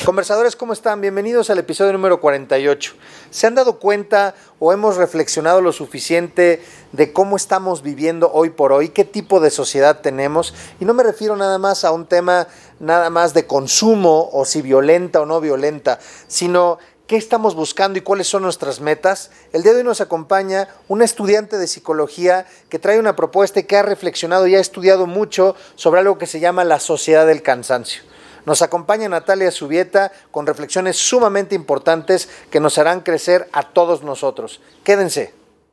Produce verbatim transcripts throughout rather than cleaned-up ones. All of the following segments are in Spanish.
Conversadores, ¿cómo están? Bienvenidos al episodio número cuarenta y ocho. ¿Se han dado cuenta o hemos reflexionado lo suficiente de cómo estamos viviendo hoy por hoy? ¿Qué tipo de sociedad tenemos? Y no me refiero nada más a un tema nada más de consumo o si violenta o no violenta, sino qué estamos buscando y cuáles son nuestras metas. El día de hoy nos acompaña una estudiante de psicología que trae una propuesta y que ha reflexionado y ha estudiado mucho sobre algo que se llama la sociedad del cansancio. Nos acompaña Natalia Zubieta con reflexiones sumamente importantes que nos harán crecer a todos nosotros. Quédense.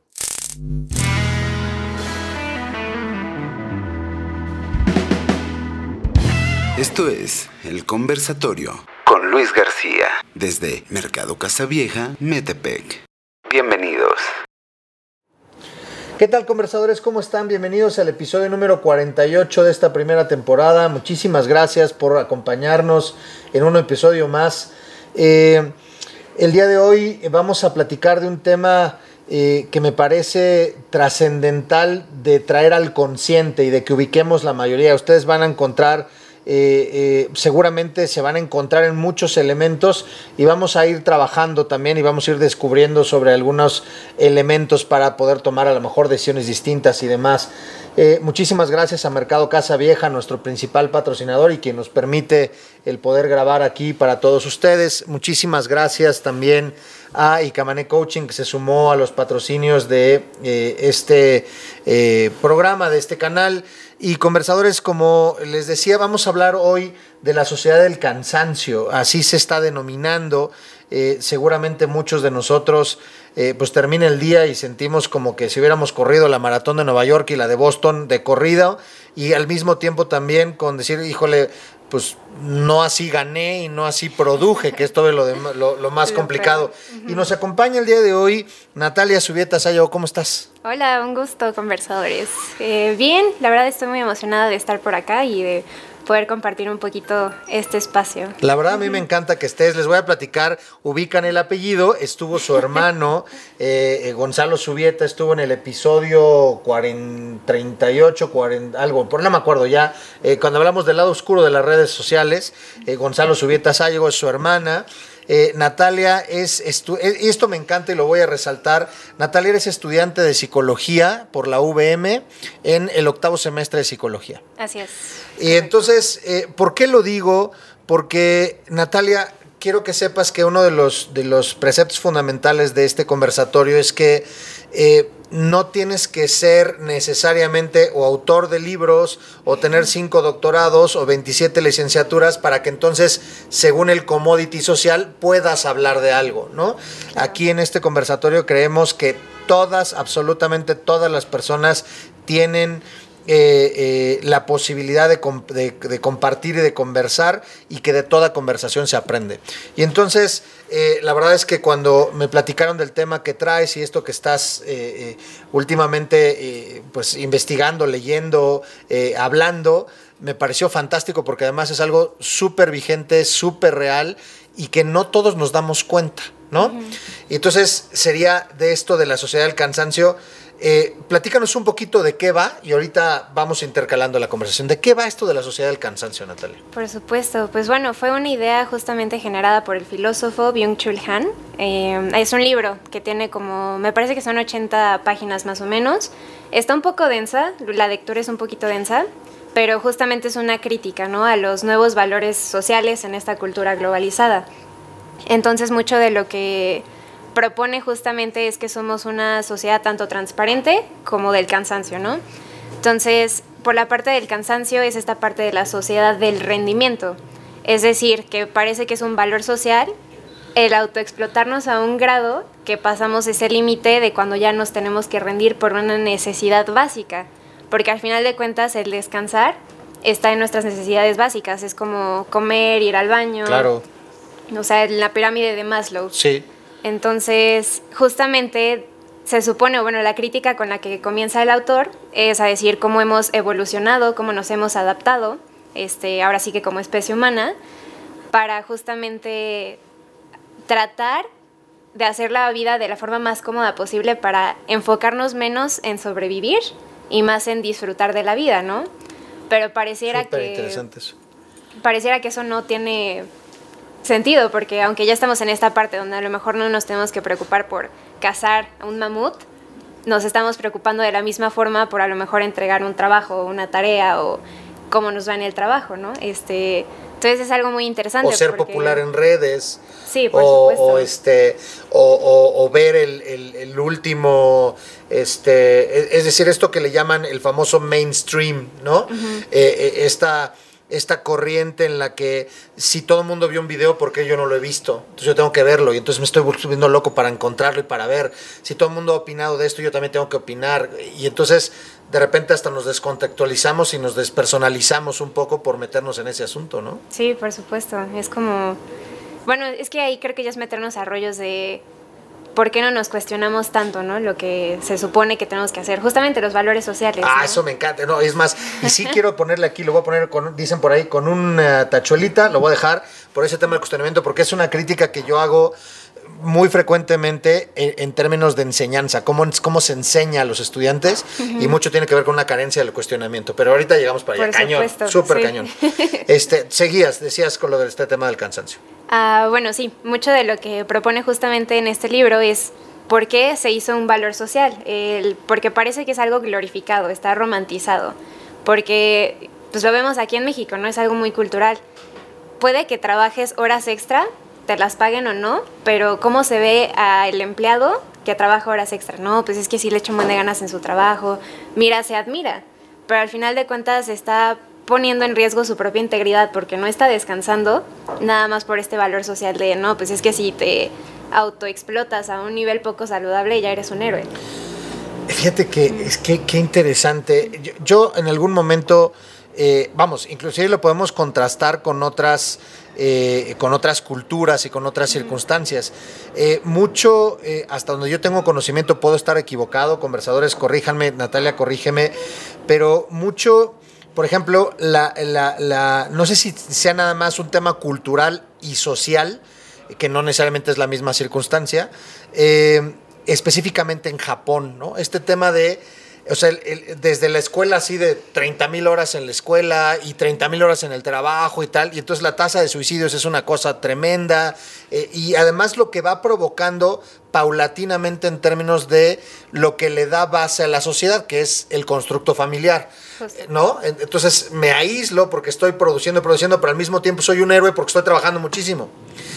Esto es El Conversatorio con Luis García desde Mercado Casavieja, Metepec. Bienvenidos. ¿Qué tal, conversadores? ¿Cómo están? Bienvenidos al episodio número cuarenta y ocho de esta primera temporada. Muchísimas gracias por acompañarnos en un episodio más. Eh, el día de hoy vamos a platicar de un tema eh, que me parece trascendental de traer al consciente y de que ubiquemos la mayoría. Ustedes van a encontrar Eh, eh, seguramente se van a encontrar en muchos elementos y vamos a ir trabajando también y vamos a ir descubriendo sobre algunos elementos para poder tomar a lo mejor decisiones distintas y demás. Eh, muchísimas gracias a Mercado Casavieja, nuestro principal patrocinador y quien nos permite el poder grabar aquí para todos ustedes. Muchísimas gracias también a Icamané Coaching, que se sumó a los patrocinios de eh, este eh, programa, de este canal. Y conversadores, como les decía, vamos a hablar hoy de la sociedad del cansancio, así se está denominando. Eh, seguramente muchos de nosotros eh, pues termina el día y sentimos como que si hubiéramos corrido la maratón de Nueva York y la de Boston de corrida, y al mismo tiempo también con decir, híjole, pues no así gané y no así produje, que es todo lo, de, lo, lo más complicado. Uh-huh. Y nos acompaña el día de hoy Natalia Zubieta Sayo. ¿Cómo estás? Hola, un gusto, conversadores. Eh, bien, la verdad estoy muy emocionada de estar por acá y de poder compartir un poquito este espacio. La verdad a mí me encanta que estés. Les voy a platicar, ubican el apellido, estuvo su hermano eh, Gonzalo Zubieta, estuvo en el episodio cuarenta, treinta y ocho, cuarenta, algo, por no me acuerdo ya, eh, cuando hablamos del lado oscuro de las redes sociales. eh, Gonzalo Zubieta Sayo es su hermana. Eh, Natalia es, estu- y esto me encanta y lo voy a resaltar, Natalia eres estudiante de psicología por la U V M en el octavo semestre de psicología. Así es. Y entonces, eh, ¿por qué lo digo? Porque, Natalia, quiero que sepas que uno de los, de los preceptos fundamentales de este conversatorio es que eh, no tienes que ser necesariamente o autor de libros o tener cinco doctorados o veintisiete licenciaturas para que entonces, según el commodity social, puedas hablar de algo, ¿no? Claro. Aquí en este conversatorio creemos que todas, absolutamente todas las personas tienen Eh, eh, la posibilidad de, de, de compartir y de conversar y que de toda conversación se aprende. Y entonces, eh, la verdad es que cuando me platicaron del tema que traes y esto que estás eh, eh, últimamente eh, pues investigando, leyendo, eh, hablando, me pareció fantástico porque además es algo súper vigente, súper real y que no todos nos damos cuenta, ¿no? Uh-huh. Y entonces sería de esto de la sociedad del cansancio. Eh, platícanos un poquito de qué va y ahorita vamos intercalando la conversación. ¿De qué va esto de la sociedad del cansancio, Natalia? Por supuesto, pues bueno, fue una idea justamente generada por el filósofo Byung-Chul Han. Eh, es un libro que tiene como, me parece que son ochenta páginas más o menos. Está un poco densa, la lectura es un poquito densa, pero justamente es una crítica, ¿no?, a los nuevos valores sociales en esta cultura globalizada. Entonces, mucho de lo que propone justamente es que somos una sociedad tanto transparente como del cansancio, ¿no? Entonces, por la parte del cansancio es esta parte de la sociedad del rendimiento. Es decir, que parece que es un valor social el autoexplotarnos a un grado que pasamos ese límite de cuando ya nos tenemos que rendir por una necesidad básica. Porque al final de cuentas el descansar está en nuestras necesidades básicas. Es como comer, ir al baño. Claro. O sea, en la pirámide de Maslow. Sí. Entonces, justamente se supone, bueno, la crítica con la que comienza el autor es a decir cómo hemos evolucionado, cómo nos hemos adaptado, este, ahora sí que como especie humana, para justamente tratar de hacer la vida de la forma más cómoda posible para enfocarnos menos en sobrevivir y más en disfrutar de la vida, ¿no? Pero pareciera Súper que interesante eso. pareciera que eso no tiene sentido, porque aunque ya estamos en esta parte donde a lo mejor no nos tenemos que preocupar por cazar a un mamut, nos estamos preocupando de la misma forma por a lo mejor entregar un trabajo, una tarea o cómo nos va en el trabajo, ¿no? Este, entonces es algo muy interesante. O ser porque... popular en redes. Sí, por o, supuesto. O, este, o, o, o ver el, el, el último, este, es decir, esto que le llaman el famoso mainstream, ¿no? Uh-huh. eh, esta... esta corriente en la que si todo el mundo vio un video, ¿por qué yo no lo he visto? Entonces yo tengo que verlo y entonces me estoy volviendo loco para encontrarlo y para ver. Si todo el mundo ha opinado de esto, yo también tengo que opinar. Y entonces de repente hasta nos descontextualizamos y nos despersonalizamos un poco por meternos en ese asunto, ¿no? Sí, por supuesto. Es como... Bueno, es que ahí creo que ya es meternos a rollos de... ¿Por qué no nos cuestionamos tanto, no? Lo que se supone que tenemos que hacer. Justamente los valores sociales. Ah, ¿no? Eso me encanta. No, es más, y sí quiero ponerle aquí, lo voy a poner, con, dicen por ahí, con una tachuelita, lo voy a dejar por ese tema del cuestionamiento, porque es una crítica que yo hago muy frecuentemente en, en términos de enseñanza, cómo, cómo se enseña a los estudiantes, uh-huh. y mucho tiene que ver con una carencia del cuestionamiento. Pero ahorita llegamos para allá. Por cañón, súper sí. cañón. Este, seguías, decías con lo de este tema del cansancio. Uh, bueno, sí, mucho de lo que propone justamente en este libro es por qué se hizo un valor social, el, porque parece que es algo glorificado, está romantizado, porque pues lo vemos aquí en México, ¿no? Es algo muy cultural. Puede que trabajes horas extra, te las paguen o no, pero ¿cómo se ve al empleado que trabaja horas extra? No, pues es que sí le echa un buen de ganas en su trabajo, mira, se admira, pero al final de cuentas está poniendo en riesgo su propia integridad porque no está descansando nada más por este valor social de no, pues es que si te autoexplotas a un nivel poco saludable ya eres un héroe. Fíjate que mm. es que qué interesante. Yo, yo en algún momento, eh, vamos, inclusive lo podemos contrastar con otras, eh, con otras culturas y con otras mm. circunstancias. Eh, mucho, eh, hasta donde yo tengo conocimiento, puedo estar equivocado, conversadores, corríjanme, Natalia, corrígeme, pero mucho... Por ejemplo, la, la, la, no sé si sea nada más un tema cultural y social, que no necesariamente es la misma circunstancia, eh, específicamente en Japón, ¿no? Este tema de, o sea, el, el, desde la escuela así de treinta mil horas en la escuela y treinta mil horas en el trabajo y tal, y entonces la tasa de suicidios es una cosa tremenda, eh, y además lo que va provocando paulatinamente en términos de lo que le da base a la sociedad, que es el constructo familiar, ¿no? Entonces me aíslo porque estoy produciendo y produciendo, pero al mismo tiempo soy un héroe porque estoy trabajando muchísimo.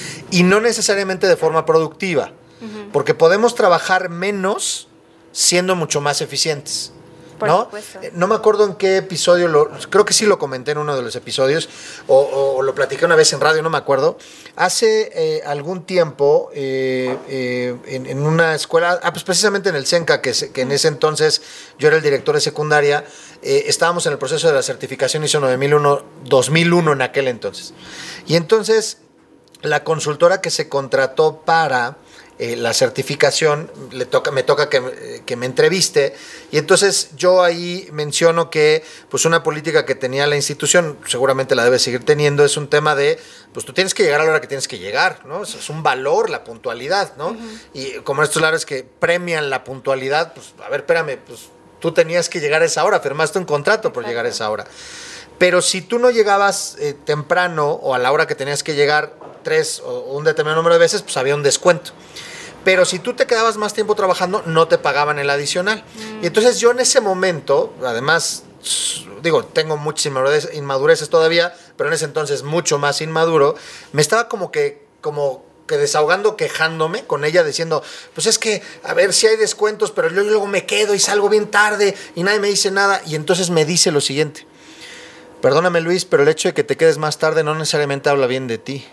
Y no necesariamente de forma productiva, uh-huh. porque podemos trabajar menos siendo mucho más eficientes. Por ¿no? supuesto. No me acuerdo en qué episodio, lo, creo que sí lo comenté en uno de los episodios, o, o lo platiqué una vez en radio, no me acuerdo. Hace eh, algún tiempo, eh, eh, en, en una escuela, ah, pues precisamente en el CENCA, que, que en ese entonces yo era el director de secundaria, eh, estábamos en el proceso de la certificación I S O nueve mil uno, dos mil uno en aquel entonces. Y entonces, la consultora que se contrató para... Eh, la certificación, le toca, me toca que, que me entreviste, y entonces yo ahí menciono que pues una política que tenía la institución, seguramente la debe seguir teniendo, es un tema de, pues tú tienes que llegar a la hora que tienes que llegar, ¿no? Es, es un valor la puntualidad, ¿no? Uh-huh. Y como estos lares que premian la puntualidad, pues a ver, espérame, pues tú tenías que llegar a esa hora, firmaste un contrato por Exacto. llegar a esa hora. Pero si tú no llegabas eh, temprano o a la hora que tenías que llegar tres o un determinado número de veces, pues había un descuento. Pero si tú te quedabas más tiempo trabajando, no te pagaban el adicional. Mm. Y entonces yo en ese momento, además, digo, tengo muchas inmadurez, inmadureces todavía, pero en ese entonces mucho más inmaduro, me estaba como que, como que desahogando, quejándome con ella, diciendo, pues es que, a ver si hay descuentos, pero yo luego me quedo y salgo bien tarde y nadie me dice nada. Y entonces me dice lo siguiente: perdóname, Luis, pero el hecho de que te quedes más tarde no necesariamente habla bien de ti.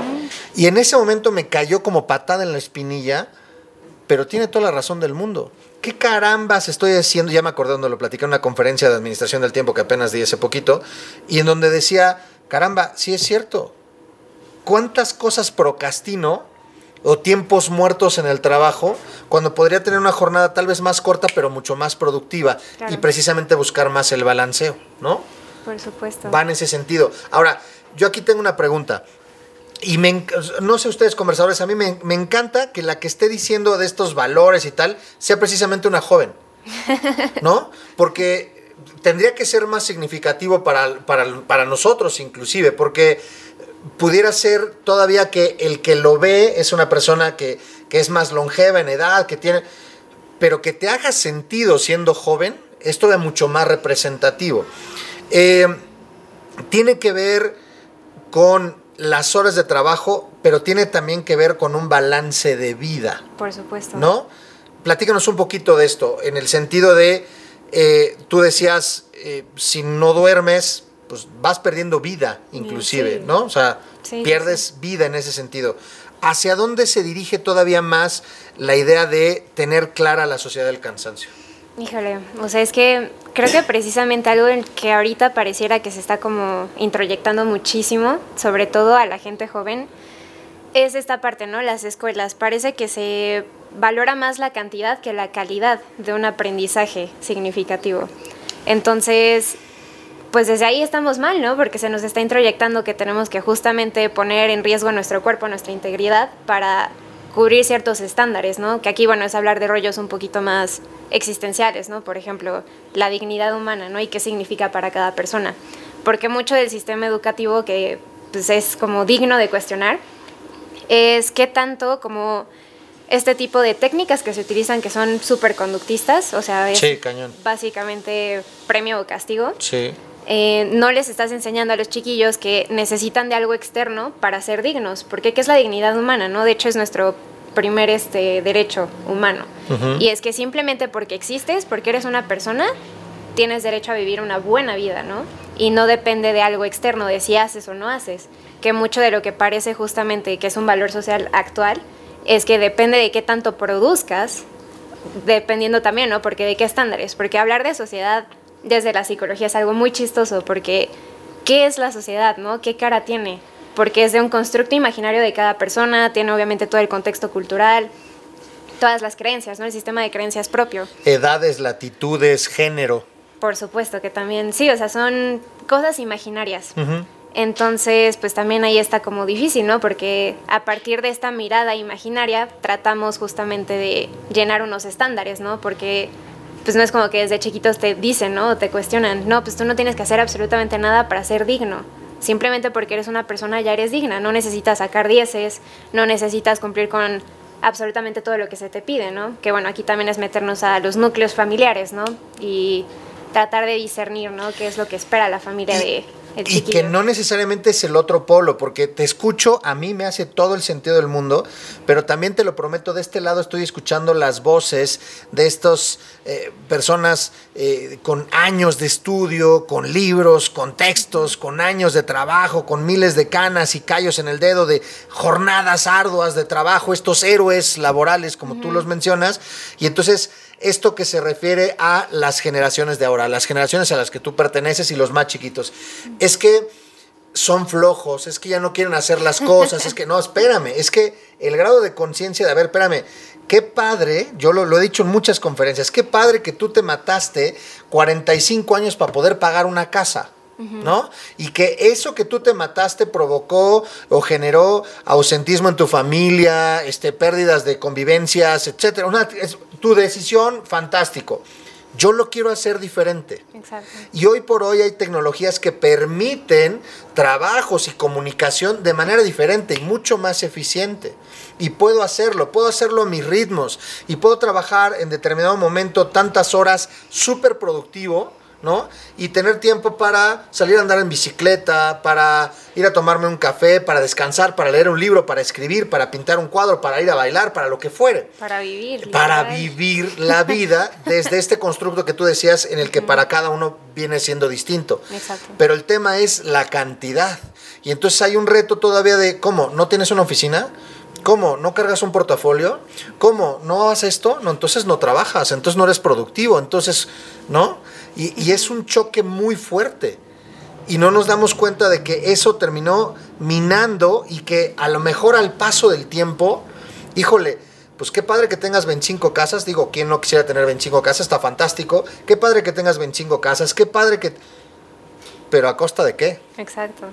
Y en ese momento me cayó como patada en la espinilla, pero tiene toda la razón del mundo. ¿Qué carambas estoy haciendo? Ya me acordé donde lo platicé en una conferencia de administración del tiempo que apenas di hace poquito, y en donde decía, caramba, sí es cierto. ¿Cuántas cosas procrastino o tiempos muertos en el trabajo cuando podría tener una jornada tal vez más corta, pero mucho más productiva? Claro. Y precisamente buscar más el balanceo, ¿no? Por supuesto. Va en ese sentido. Ahora, yo aquí tengo una pregunta. Y me, no sé ustedes, conversadores, a mí me, me encanta que la que esté diciendo de estos valores y tal sea precisamente una joven, ¿no? Porque tendría que ser más significativo para, para, para nosotros inclusive, porque pudiera ser todavía que el que lo ve es una persona que, que es más longeva en edad, que tiene, pero que te haga sentido siendo joven, es todavía mucho más representativo. Eh, tiene que ver con las horas de trabajo, pero tiene también que ver con un balance de vida. Por supuesto. ¿No? Platícanos un poquito de esto, en el sentido de, eh, tú decías, eh, si no duermes, pues vas perdiendo vida, inclusive, sí. ¿no? O sea, sí, pierdes sí. vida en ese sentido. ¿Hacia dónde se dirige todavía más la idea de tener clara la sociedad del cansancio? Híjole, o sea, es que creo que precisamente algo en que ahorita pareciera que se está como introyectando muchísimo, sobre todo a la gente joven, es esta parte, ¿no? Las escuelas. Parece que se valora más la cantidad que la calidad de un aprendizaje significativo. Entonces, pues desde ahí estamos mal, ¿no? Porque se nos está introyectando que tenemos que justamente poner en riesgo nuestro cuerpo, nuestra integridad, para cubrir ciertos estándares, ¿no? Que aquí, bueno, es hablar de rollos un poquito más existenciales, ¿no? Por ejemplo, la dignidad humana, ¿no? Y qué significa para cada persona. Porque mucho del sistema educativo que pues, es como digno de cuestionar es qué tanto como este tipo de técnicas que se utilizan que son superconductistas, o sea, es sí, cañón. Básicamente premio o castigo. Sí. Eh, no les estás enseñando a los chiquillos que necesitan de algo externo para ser dignos, porque ¿qué es la dignidad humana? ¿No? De hecho, es nuestro primer este, derecho humano. Uh-huh. Y es que simplemente porque existes, porque eres una persona, tienes derecho a vivir una buena vida, ¿no? Y no depende de algo externo, de si haces o no haces, que mucho de lo que parece justamente que es un valor social actual es que depende de qué tanto produzcas, dependiendo también, ¿no? Porque de qué estándares, porque hablar de sociedad desde la psicología es algo muy chistoso, porque ¿qué es la sociedad, no? ¿Qué cara tiene? Porque es de un constructo imaginario de cada persona, tiene obviamente todo el contexto cultural, todas las creencias, ¿no? El sistema de creencias propio. Edades, latitudes, género. Por supuesto que también, sí, o sea, son cosas imaginarias. Uh-huh. Entonces, pues también ahí está como difícil, ¿no? Porque a partir de esta mirada imaginaria tratamos justamente de llenar unos estándares, ¿no? Porque pues no es como que desde chiquitos te dicen, ¿no? O te cuestionan, no, pues tú no tienes que hacer absolutamente nada para ser digno. Simplemente porque eres una persona ya eres digna, no necesitas sacar dieces, no necesitas cumplir con absolutamente todo lo que se te pide, ¿no? Que bueno, aquí también es meternos a los núcleos familiares, ¿no? Y tratar de discernir, ¿no? Qué es lo que espera la familia de el chiquillo. Y que no necesariamente es el otro polo, porque te escucho, a mí me hace todo el sentido del mundo, pero también te lo prometo, de este lado estoy escuchando las voces de estas eh, personas eh, con años de estudio, con libros, con textos, con años de trabajo, con miles de canas y callos en el dedo, de jornadas arduas de trabajo, estos héroes laborales, como uh-huh. tú los mencionas, y entonces esto que se refiere a las generaciones de ahora, las generaciones a las que tú perteneces y los más chiquitos, es que son flojos, es que ya no quieren hacer las cosas, es que no, espérame, es que el grado de conciencia de, a ver, espérame, qué padre, yo lo, lo he dicho en muchas conferencias, qué padre que tú te mataste cuarenta y cinco años para poder pagar una casa. Uh-huh. ¿No? Y que eso que tú te mataste provocó o generó ausentismo en tu familia, este, pérdidas de convivencias, etcétera. Una, es, tu decisión, fantástico. Yo lo quiero hacer diferente. Exacto. Y hoy por hoy hay tecnologías que permiten trabajos y comunicación de manera diferente y mucho más eficiente. Y puedo hacerlo, puedo hacerlo a mis ritmos y puedo trabajar en determinado momento tantas horas súper productivo, ¿no? Y tener tiempo para salir a andar en bicicleta, para ir a tomarme un café, para descansar, para leer un libro, para escribir, para pintar un cuadro, para ir a bailar, para lo que fuere. Para vivir. Para literal. Vivir la vida desde este constructo que tú decías en el que uh-huh. para cada uno viene siendo distinto. Exacto. Pero el tema es la cantidad. Y entonces hay un reto todavía de, ¿cómo? ¿No tienes una oficina? ¿Cómo? ¿No cargas un portafolio? ¿Cómo? ¿No haces esto? No, entonces no trabajas, entonces no eres productivo, entonces, ¿no? Y, y es un choque muy fuerte. Y no nos damos cuenta de que eso terminó minando y que a lo mejor al paso del tiempo, híjole, pues qué padre que tengas veinticinco casas. Digo, ¿quién no quisiera tener veinticinco casas? Está fantástico. Qué padre que tengas veinticinco casas. Qué padre que... ¿Pero a costa de qué? Exacto.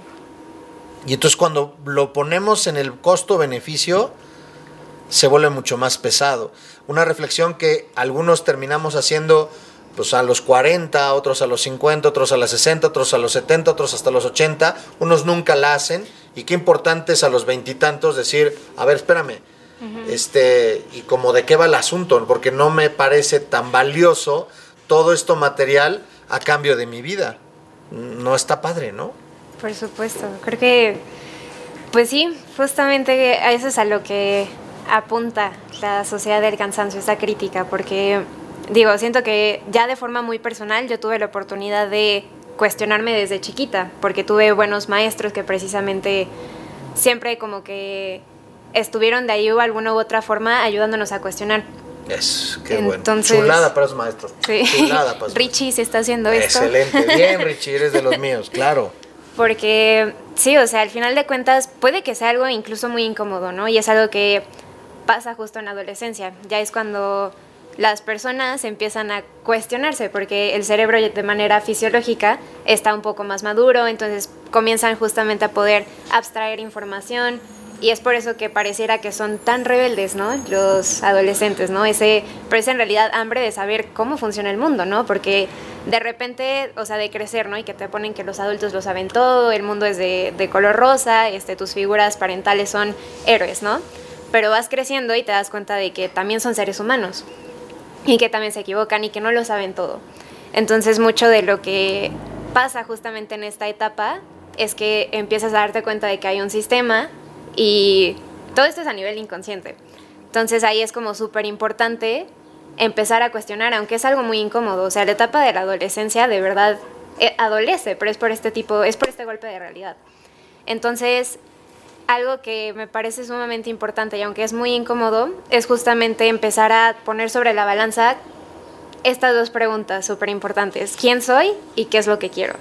Y entonces cuando lo ponemos en el costo-beneficio, se vuelve mucho más pesado. Una reflexión que algunos terminamos haciendo pues a los cuarenta, otros a los cincuenta, otros a los sesenta, otros a los setenta, otros hasta los ochenta, unos nunca la hacen, y qué importante es a los veintitantos decir, a ver, espérame, uh-huh. este, y como de qué va el asunto, porque no me parece tan valioso todo esto material a cambio de mi vida. No está padre, ¿no? Por supuesto, creo que, pues sí, justamente a eso es a lo que apunta la sociedad del cansancio, esta crítica, porque digo, siento que ya de forma muy personal yo tuve la oportunidad de cuestionarme desde chiquita, porque tuve buenos maestros que precisamente siempre como que estuvieron de ahí o alguna u otra forma ayudándonos a cuestionar. Es, qué Entonces, bueno. Chulada para los maestros. Sí. Chulada para Richie se está haciendo esto. Excelente. Bien, Richie, eres de los míos, claro. Porque sí, o sea, al final de cuentas puede que sea algo incluso muy incómodo, ¿no? Y es algo que pasa justo en la adolescencia. Ya es cuando las personas empiezan a cuestionarse, porque el cerebro de manera fisiológica está un poco más maduro, entonces comienzan justamente a poder abstraer información. Y es por eso que pareciera que son tan rebeldes, ¿no? Los adolescentes, ¿no? Ese, pero es en realidad hambre de saber cómo funciona el mundo, ¿no? Porque de repente, o sea, de crecer, ¿no? Y que te ponen que los adultos lo saben todo, el mundo es de, de color rosa, este, tus figuras parentales son héroes, ¿no? Pero vas creciendo y te das cuenta de que también son seres humanos y que también se equivocan y que no lo saben todo. Entonces, mucho de lo que pasa justamente en esta etapa es que empiezas a darte cuenta de que hay un sistema. Y todo esto es a nivel inconsciente. Entonces ahí es como súper importante empezar a cuestionar, aunque es algo muy incómodo. O sea, la etapa de la adolescencia de verdad eh, adolece, pero es por este tipo, es por este golpe de realidad. Entonces, algo que me parece sumamente importante y aunque es muy incómodo, es justamente empezar a poner sobre la balanza estas dos preguntas súper importantes. ¿Quién soy y qué es lo que quiero?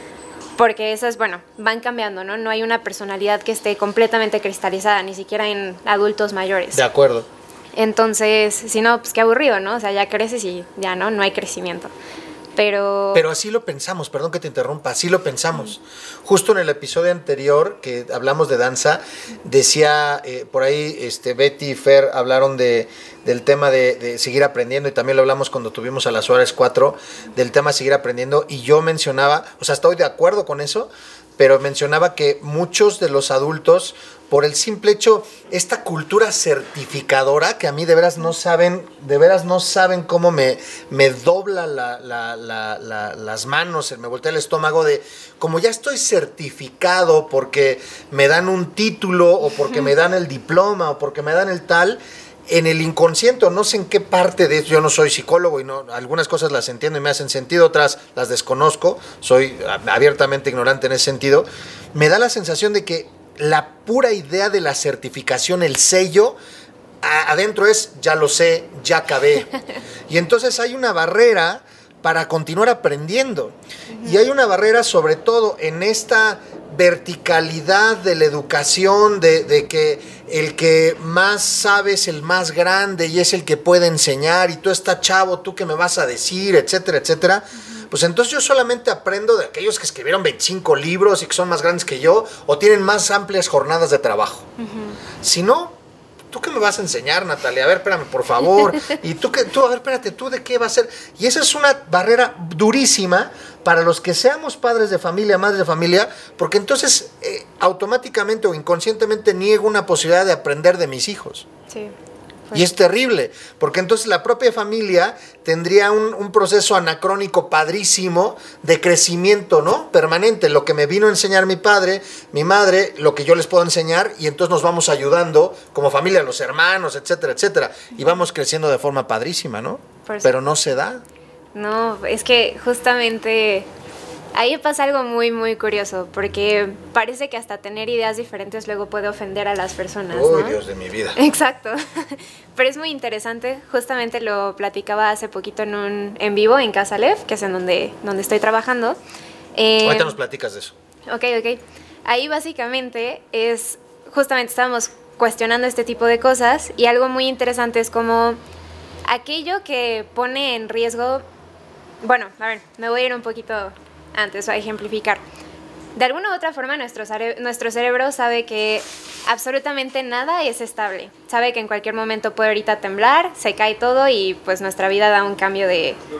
Porque esas, bueno, van cambiando, ¿no? No hay una personalidad que esté completamente cristalizada, ni siquiera en adultos mayores. De acuerdo. Entonces, si no, pues qué aburrido, ¿no? O sea, ya creces y ya, ¿no? No hay crecimiento. Pero... Pero así lo pensamos, perdón que te interrumpa, así lo pensamos. Mm. Justo en el episodio anterior que hablamos de danza, decía, eh, por ahí este, Betty y Fer hablaron de, del tema de, de seguir aprendiendo, y también lo hablamos cuando tuvimos a las Suárez cuatro, del tema seguir aprendiendo, y yo mencionaba, o sea, estoy de acuerdo con eso, pero mencionaba que muchos de los adultos, por el simple hecho, esta cultura certificadora, que a mí de veras no saben, de veras no saben cómo me, me dobla la, la, la, la, las manos, me voltea el estómago de, como ya estoy certificado porque me dan un título, o porque me dan el diploma, o porque me dan el tal, en el inconsciente, no sé en qué parte de eso, yo no soy psicólogo y no, algunas cosas las entiendo y me hacen sentido, otras las desconozco, soy abiertamente ignorante en ese sentido, me da la sensación de que la pura idea de la certificación, el sello, a, adentro es, ya lo sé, ya acabé. Y entonces hay una barrera para continuar aprendiendo. Uh-huh. Y hay una barrera sobre todo en esta verticalidad de la educación, de, de que el que más sabe es el más grande y es el que puede enseñar, y tú estás chavo, tú qué me vas a decir, etcétera, etcétera. Uh-huh. Pues entonces yo solamente aprendo de aquellos que escribieron veinticinco libros y que son más grandes que yo o tienen más amplias jornadas de trabajo. Uh-huh. Si no, ¿tú qué me vas a enseñar, Natalia? A ver, espérame, por favor. Y tú, qué, tú, a ver, espérate, ¿tú de qué vas a ser? Y esa es una barrera durísima para los que seamos padres de familia, madres de familia, porque entonces eh, automáticamente o inconscientemente niego una posibilidad de aprender de mis hijos. Sí. Y es terrible, porque entonces la propia familia tendría un, un proceso anacrónico padrísimo de crecimiento, ¿no? Permanente, lo que me vino a enseñar mi padre, mi madre, lo que yo les puedo enseñar, y entonces nos vamos ayudando como familia, los hermanos, etcétera, etcétera, y vamos creciendo de forma padrísima, ¿no? Pero no se da. No, es que justamente ahí pasa algo muy, muy curioso, porque parece que hasta tener ideas diferentes luego puede ofender a las personas, Uy, ¿no? Dios de mi vida. Exacto. Pero es muy interesante, justamente lo platicaba hace poquito en un en vivo en Casa Lev, que es en donde, donde estoy trabajando. Eh, Ahorita nos platicas de eso. Ok, ok. Ahí básicamente es, justamente estábamos cuestionando este tipo de cosas, y algo muy interesante es como aquello que pone en riesgo, bueno, a ver, me voy a ir un poquito antes a ejemplificar. De alguna u otra forma nuestro, cere- nuestro cerebro sabe que absolutamente nada es estable. Sabe que en cualquier momento puede ahorita temblar, se cae todo y pues nuestra vida da un cambio de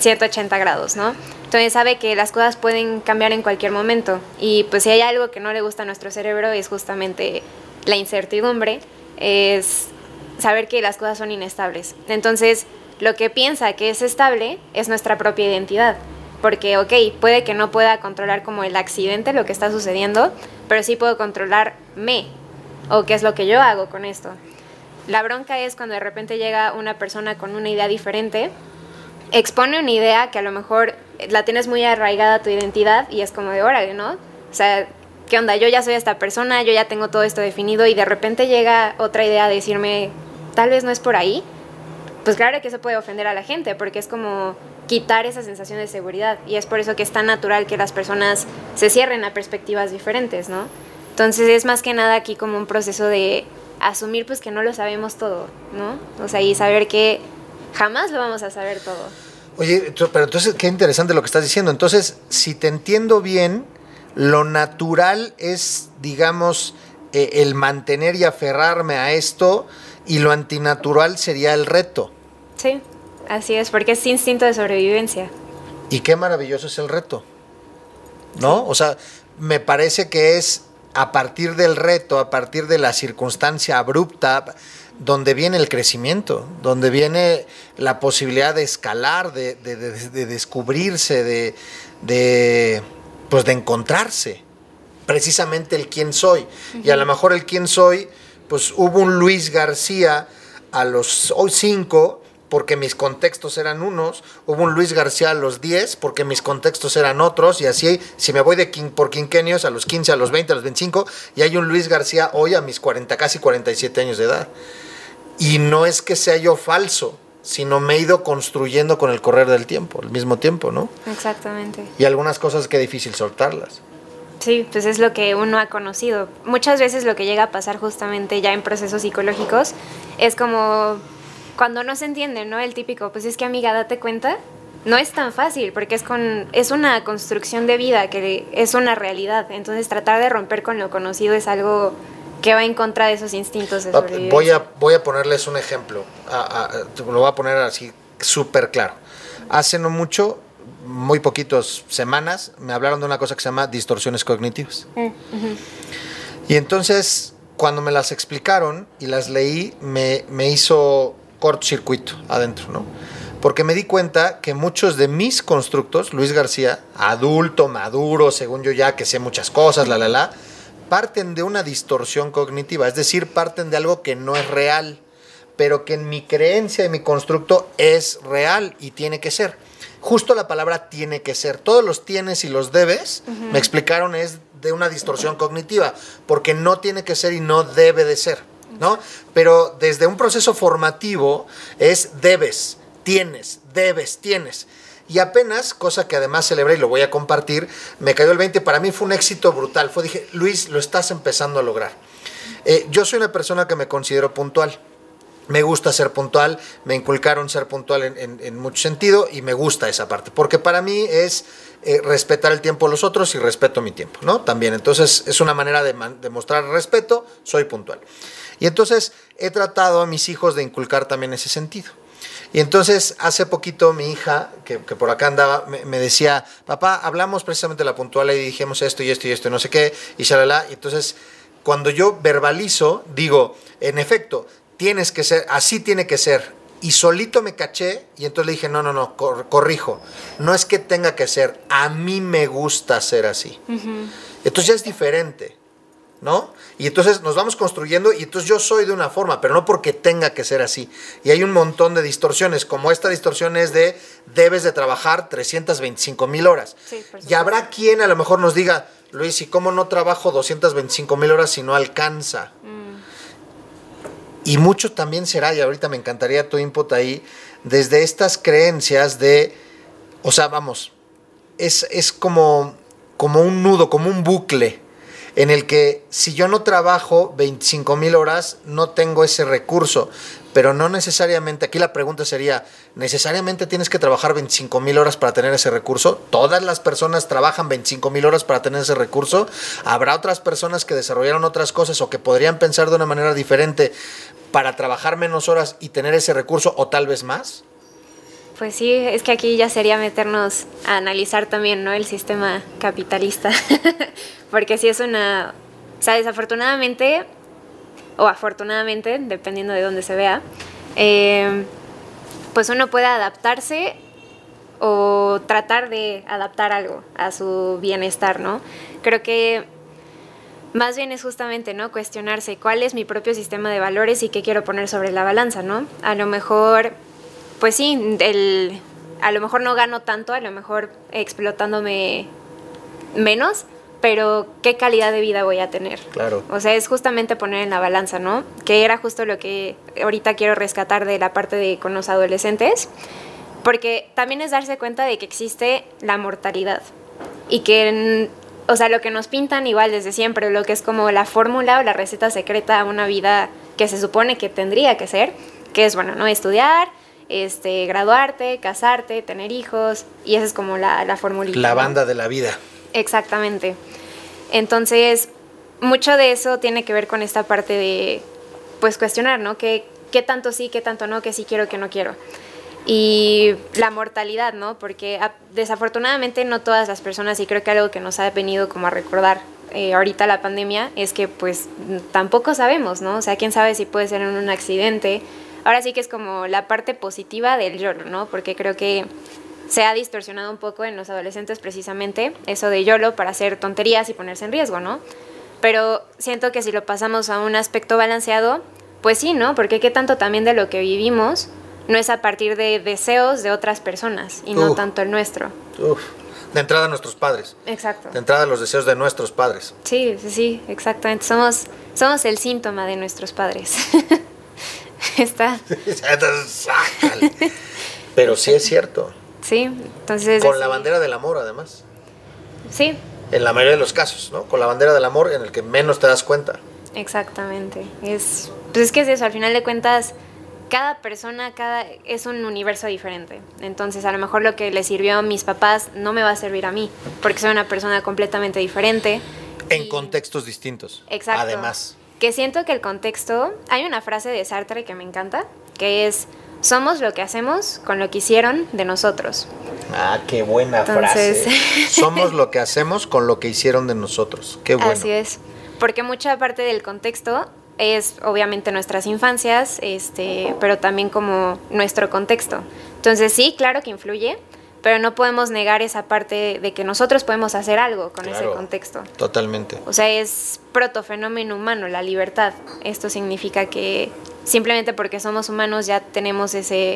ciento ochenta grados, ¿no? Entonces sabe que las cosas pueden cambiar en cualquier momento y pues si hay algo que no le gusta a nuestro cerebro es justamente la incertidumbre, es saber que las cosas son inestables. Entonces lo que piensa que es estable es nuestra propia identidad, porque ok, puede que no pueda controlar como el accidente, lo que está sucediendo, pero sí puedo controlarme o qué es lo que yo hago con esto. La bronca es cuando de repente llega una persona con una idea diferente, expone una idea que a lo mejor la tienes muy arraigada a tu identidad y es como de órale, ¿no? O sea, ¿qué onda? Yo ya soy esta persona, yo ya tengo todo esto definido y de repente llega otra idea a decirme, tal vez no es por ahí. Pues claro que eso puede ofender a la gente porque es como quitar esa sensación de seguridad y es por eso que es tan natural que las personas se cierren a perspectivas diferentes, ¿no? Entonces es más que nada aquí como un proceso de asumir pues que no lo sabemos todo, ¿no? O sea, y saber que jamás lo vamos a saber todo. Oye, pero entonces qué interesante lo que estás diciendo. Entonces, si te entiendo bien, lo natural es, digamos, eh, el mantener y aferrarme a esto y lo antinatural sería el reto. Sí, así es, porque es instinto de sobrevivencia. Y qué maravilloso es el reto, ¿no? O sea, me parece que es a partir del reto, a partir de la circunstancia abrupta, donde viene el crecimiento, donde viene la posibilidad de escalar, de, de, de, de descubrirse, de, de, pues de encontrarse, precisamente el quién soy. Uh-huh. Y a lo mejor el quién soy, pues hubo un Luis García a los hoy cinco, porque mis contextos eran unos, hubo un Luis García a los diez, porque mis contextos eran otros, y así, si me voy de quin, por quinquenios, a los quince, a los veinte, a los veinticinco, y hay un Luis García hoy a mis cuarenta, casi cuarenta y siete años de edad. Y no es que sea yo falso, sino me he ido construyendo con el correr del tiempo, al mismo tiempo, ¿no? Exactamente. Y algunas cosas que es difícil soltarlas. Sí, pues es lo que uno ha conocido. Muchas veces lo que llega a pasar justamente ya en procesos psicológicos es como cuando no se entiende, ¿no? El típico, pues es que amiga, date cuenta, no es tan fácil porque es, con, es una construcción de vida que es una realidad. Entonces tratar de romper con lo conocido es algo que va en contra de esos instintos de sobrevivencia. Voy a, voy a ponerles un ejemplo, a, a, lo voy a poner así súper claro. Hace no mucho, muy poquitas semanas, me hablaron de una cosa que se llama distorsiones cognitivas. Uh-huh. Y entonces, cuando me las explicaron y las leí, me, me hizo cortocircuito adentro, ¿no? Porque me di cuenta que muchos de mis constructos, Luis García, adulto, maduro, según yo ya que sé muchas cosas, la, la, la, parten de una distorsión cognitiva, es decir, parten de algo que no es real, pero que en mi creencia y mi constructo es real y tiene que ser. Justo la palabra tiene que ser. Todos los tienes y los debes, uh-huh. me explicaron, es de una distorsión cognitiva, porque no tiene que ser y no debe de ser, ¿no? Pero desde un proceso formativo es debes, tienes, debes, tienes. Y apenas, cosa que además celebré y lo voy a compartir, me cayó el veinte, para mí fue un éxito brutal. Fue, dije, Luis, lo estás empezando a lograr. Eh, yo soy una persona que me considero puntual. Me gusta ser puntual, me inculcaron ser puntual en, en, en mucho sentido y me gusta esa parte, porque para mí es eh, respetar el tiempo de los otros y respeto mi tiempo, ¿no? También, entonces es una manera de, man, de mostrar respeto, soy puntual. Y entonces he tratado a mis hijos de inculcar también ese sentido. Y entonces hace poquito mi hija, que, que por acá andaba, me, me decía, papá, hablamos precisamente de la puntualidad y dijimos esto y esto y esto y no sé qué, y shalala. Y entonces cuando yo verbalizo, digo, en efecto, tienes que ser, así tiene que ser. Y solito me caché y entonces le dije, no, no, no, cor- corrijo. No es que tenga que ser, a mí me gusta ser así. Uh-huh. Entonces ya es diferente, ¿no? Y entonces nos vamos construyendo y entonces yo soy de una forma, pero no porque tenga que ser así. Y hay un montón de distorsiones, como esta distorsión es de debes de trabajar trescientas veinticinco mil horas. Sí, y habrá quien a lo mejor nos diga, Luis, ¿y cómo no trabajo doscientas veinticinco mil horas si no alcanza? Mm. Y mucho también será, y ahorita me encantaría tu input ahí, desde estas creencias de, o sea, vamos, es, es como, como un nudo, como un bucle, en el que si yo no trabajo veinticinco mil horas, no tengo ese recurso, pero no necesariamente, aquí la pregunta sería, ¿necesariamente tienes que trabajar veinticinco mil horas para tener ese recurso? ¿Todas las personas trabajan veinticinco mil horas para tener ese recurso? ¿Habrá otras personas que desarrollaron otras cosas o que podrían pensar de una manera diferente para trabajar menos horas y tener ese recurso o tal vez más? Pues sí, es que aquí ya sería meternos a analizar también, ¿no? El sistema capitalista, porque sí es una, o sea, desafortunadamente, o afortunadamente, dependiendo de dónde se vea, eh, pues uno puede adaptarse o tratar de adaptar algo a su bienestar, ¿no? Creo que más bien es justamente, ¿no? Cuestionarse cuál es mi propio sistema de valores y qué quiero poner sobre la balanza, ¿no? A lo mejor, pues sí, el, a lo mejor no gano tanto, a lo mejor explotándome menos, pero ¿qué calidad de vida voy a tener? Claro. O sea, es justamente poner en la balanza, ¿no? Que era justo lo que ahorita quiero rescatar de la parte de con los adolescentes, porque también es darse cuenta de que existe la mortalidad y que, en, o sea, lo que nos pintan igual desde siempre, lo que es como la fórmula o la receta secreta a una vida que se supone que tendría que ser, que es, bueno, ¿no? Estudiar, este, graduarte, casarte, tener hijos, y esa es como la, la formulita. La ¿no? banda de la vida. Exactamente. Entonces, mucho de eso tiene que ver con esta parte de, pues, cuestionar, ¿no? ¿Qué, qué tanto sí, qué tanto no, qué sí quiero, qué no quiero? Y la mortalidad, ¿no? Porque a, desafortunadamente no todas las personas, y creo que algo que nos ha venido como a recordar eh, ahorita la pandemia, es que pues tampoco sabemos, ¿no? O sea, quién sabe si puede ser en un accidente. Ahora sí que es como la parte positiva del YOLO, ¿no? Porque creo que se ha distorsionado un poco en los adolescentes precisamente eso de YOLO para hacer tonterías y ponerse en riesgo, ¿no? Pero siento que si lo pasamos a un aspecto balanceado, pues sí, ¿no? Porque qué tanto también de lo que vivimos no es a partir de deseos de otras personas y no Uf. tanto el nuestro. Uf. De entrada nuestros padres. Exacto. De entrada los deseos de nuestros padres. Sí, sí, sí, exactamente. Somos, somos el síntoma de nuestros padres. Está. Sácale. Pero sí es cierto. Sí, entonces... Con es, la bandera del amor, además. Sí. En la mayoría de los casos, ¿no? Con la bandera del amor en el que menos te das cuenta. Exactamente. Es, pues es que es eso, al final de cuentas, cada persona cada, es un universo diferente. Entonces, a lo mejor lo que le sirvió a mis papás no me va a servir a mí, porque soy una persona completamente diferente. En y, contextos distintos. Exacto. Además. Que siento que el contexto... Hay una frase de Sartre que me encanta, que es: somos lo que hacemos con lo que hicieron de nosotros. Ah, qué buena Entonces, frase. Somos lo que hacemos con lo que hicieron de nosotros. Qué bueno. Así es. Porque mucha parte del contexto es obviamente nuestras infancias, este, pero también como nuestro contexto. Entonces sí, claro que influye, pero no podemos negar esa parte de que nosotros podemos hacer algo con Claro, ese contexto. Totalmente. O sea, es protofenómeno humano, la libertad. Esto significa que simplemente porque somos humanos ya tenemos ese,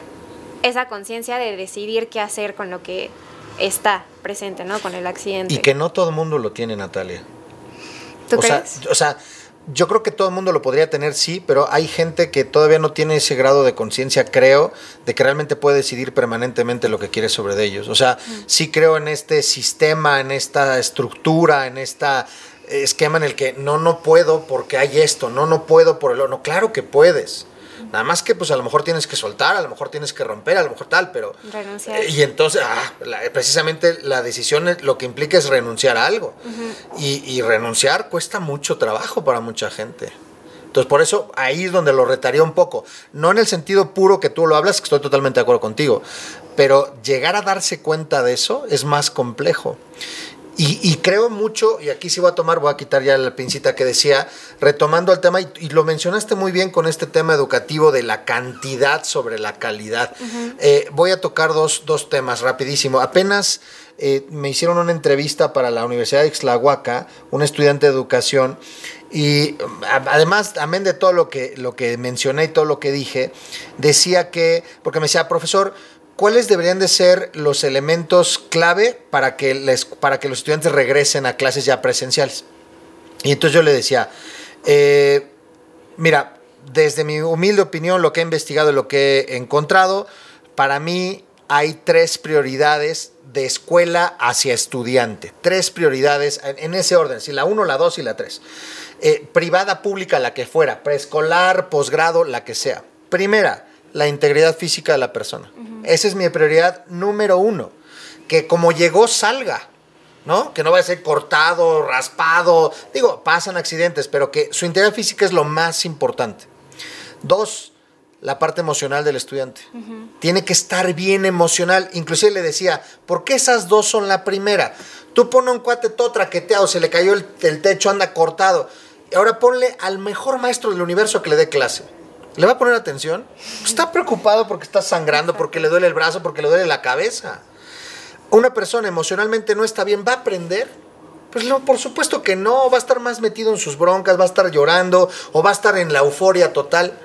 esa conciencia de decidir qué hacer con lo que está presente, ¿no? Con el accidente. Y que no todo el mundo lo tiene, Natalia. ¿Tú o crees? Sea, o sea, yo creo que todo el mundo lo podría tener, sí, pero hay gente que todavía no tiene ese grado de conciencia, creo, de que realmente puede decidir permanentemente lo que quiere sobre de ellos. O sea, mm. sí creo en este sistema, en esta estructura, en este esquema en el que no, no puedo porque hay esto, no, no puedo por el otro. No, claro que puedes. Nada más que pues a lo mejor tienes que soltar, a lo mejor tienes que romper, a lo mejor tal, pero... Renunciar. Eh, y entonces, ah, la, precisamente la decisión lo que implica es renunciar a algo. Uh-huh. Y, y renunciar cuesta mucho trabajo para mucha gente. Entonces, por eso ahí es donde lo retaría un poco. No en el sentido puro que tú lo hablas, que estoy totalmente de acuerdo contigo, pero llegar a darse cuenta de eso es más complejo. Y, y creo mucho, y aquí sí voy a tomar, voy a quitar ya la pincita que decía, retomando el tema, y, y lo mencionaste muy bien con este tema educativo de la cantidad sobre la calidad. Uh-huh. Eh, voy a tocar dos, dos temas rapidísimo. Apenas eh, me hicieron una entrevista para la Universidad de Ixtlahuaca, un estudiante de educación, y además, amén de todo lo que, lo que mencioné y todo lo que dije, decía que, porque me decía, profesor, ¿cuáles deberían de ser los elementos clave para que, les, para que los estudiantes regresen a clases ya presenciales? Y entonces yo le decía, eh, mira, desde mi humilde opinión, lo que he investigado y lo que he encontrado, para mí hay tres prioridades de escuela hacia estudiante. Tres prioridades en, en ese orden, si la uno, la dos y la tres. Eh, privada, pública, la que fuera, preescolar, posgrado, la que sea. Primera, la integridad física de la persona. Uh-huh. Esa es mi prioridad número uno. Que como llegó, salga, ¿no? Que no vaya a ser cortado, raspado. Digo, pasan accidentes, pero que su integridad física es lo más importante. Dos, la parte emocional del estudiante. Uh-huh. Tiene que estar bien emocional. Inclusive le decía, ¿por qué esas dos son la primera? Tú pon a un cuate todo traqueteado, se le cayó el, el techo, anda cortado. Y ahora ponle al mejor maestro del universo que le dé clase. ¿Le va a poner atención? Está preocupado porque está sangrando, porque le duele el brazo, porque le duele la cabeza. Una persona emocionalmente no está bien, ¿va a aprender? Pues no, por supuesto que no. Va a estar más metido en sus broncas, va a estar llorando o va a estar en la euforia total.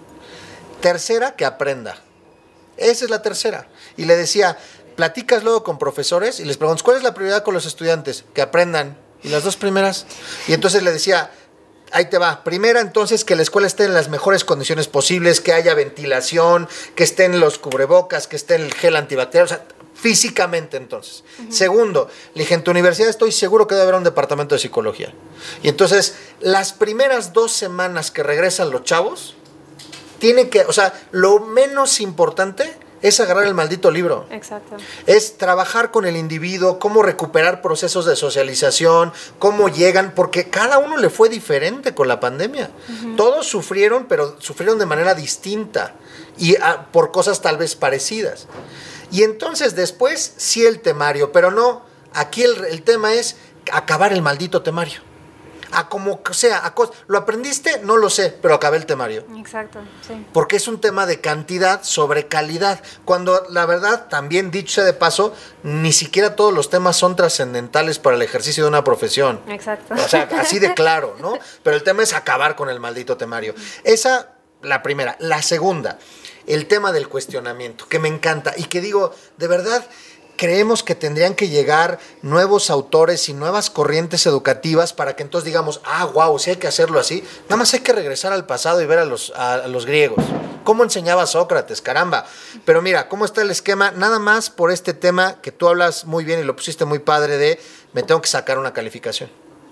Tercera, que aprenda. Esa es la tercera. Y le decía, platicas luego con profesores y les preguntas, ¿cuál es la prioridad con los estudiantes? Que aprendan. Y las dos primeras. Y entonces le decía, ahí te va. Primera, entonces, que la escuela esté en las mejores condiciones posibles, que haya ventilación, que estén los cubrebocas, que esté el gel antibacterial, o sea, físicamente, entonces. Uh-huh. Segundo, le dije, en tu universidad estoy seguro que debe haber un departamento de psicología. Y entonces, las primeras dos semanas que regresan los chavos, tiene que, o sea, lo menos importante es agarrar el maldito libro. Exacto. Es trabajar con el individuo, cómo recuperar procesos de socialización, cómo llegan, porque cada uno le fue diferente con la pandemia. Uh-huh. Todos sufrieron, pero sufrieron de manera distinta y a, por cosas tal vez parecidas. Y entonces después sí el temario, pero no, aquí el, el tema es acabar el maldito temario. A como sea, a cos- ¿lo aprendiste? No lo sé, pero acabé el temario. Exacto, sí. Porque es un tema de cantidad sobre calidad. Cuando la verdad, también dicho sea de paso, ni siquiera todos los temas son trascendentales para el ejercicio de una profesión. Exacto. O sea, así de claro, ¿no? Pero el tema es acabar con el maldito temario. Esa, la primera. La segunda, el tema del cuestionamiento, que me encanta y que digo, de verdad, creemos que tendrían que llegar nuevos autores y nuevas corrientes educativas para que entonces digamos, ah, wow, si hay que hacerlo así. Nada más hay que regresar al pasado y ver a los, a, a los griegos. ¿Cómo enseñaba Sócrates? Caramba. Pero mira, ¿cómo está el esquema? Nada más por este tema que tú hablas muy bien y lo pusiste muy padre de me tengo que sacar una calificación.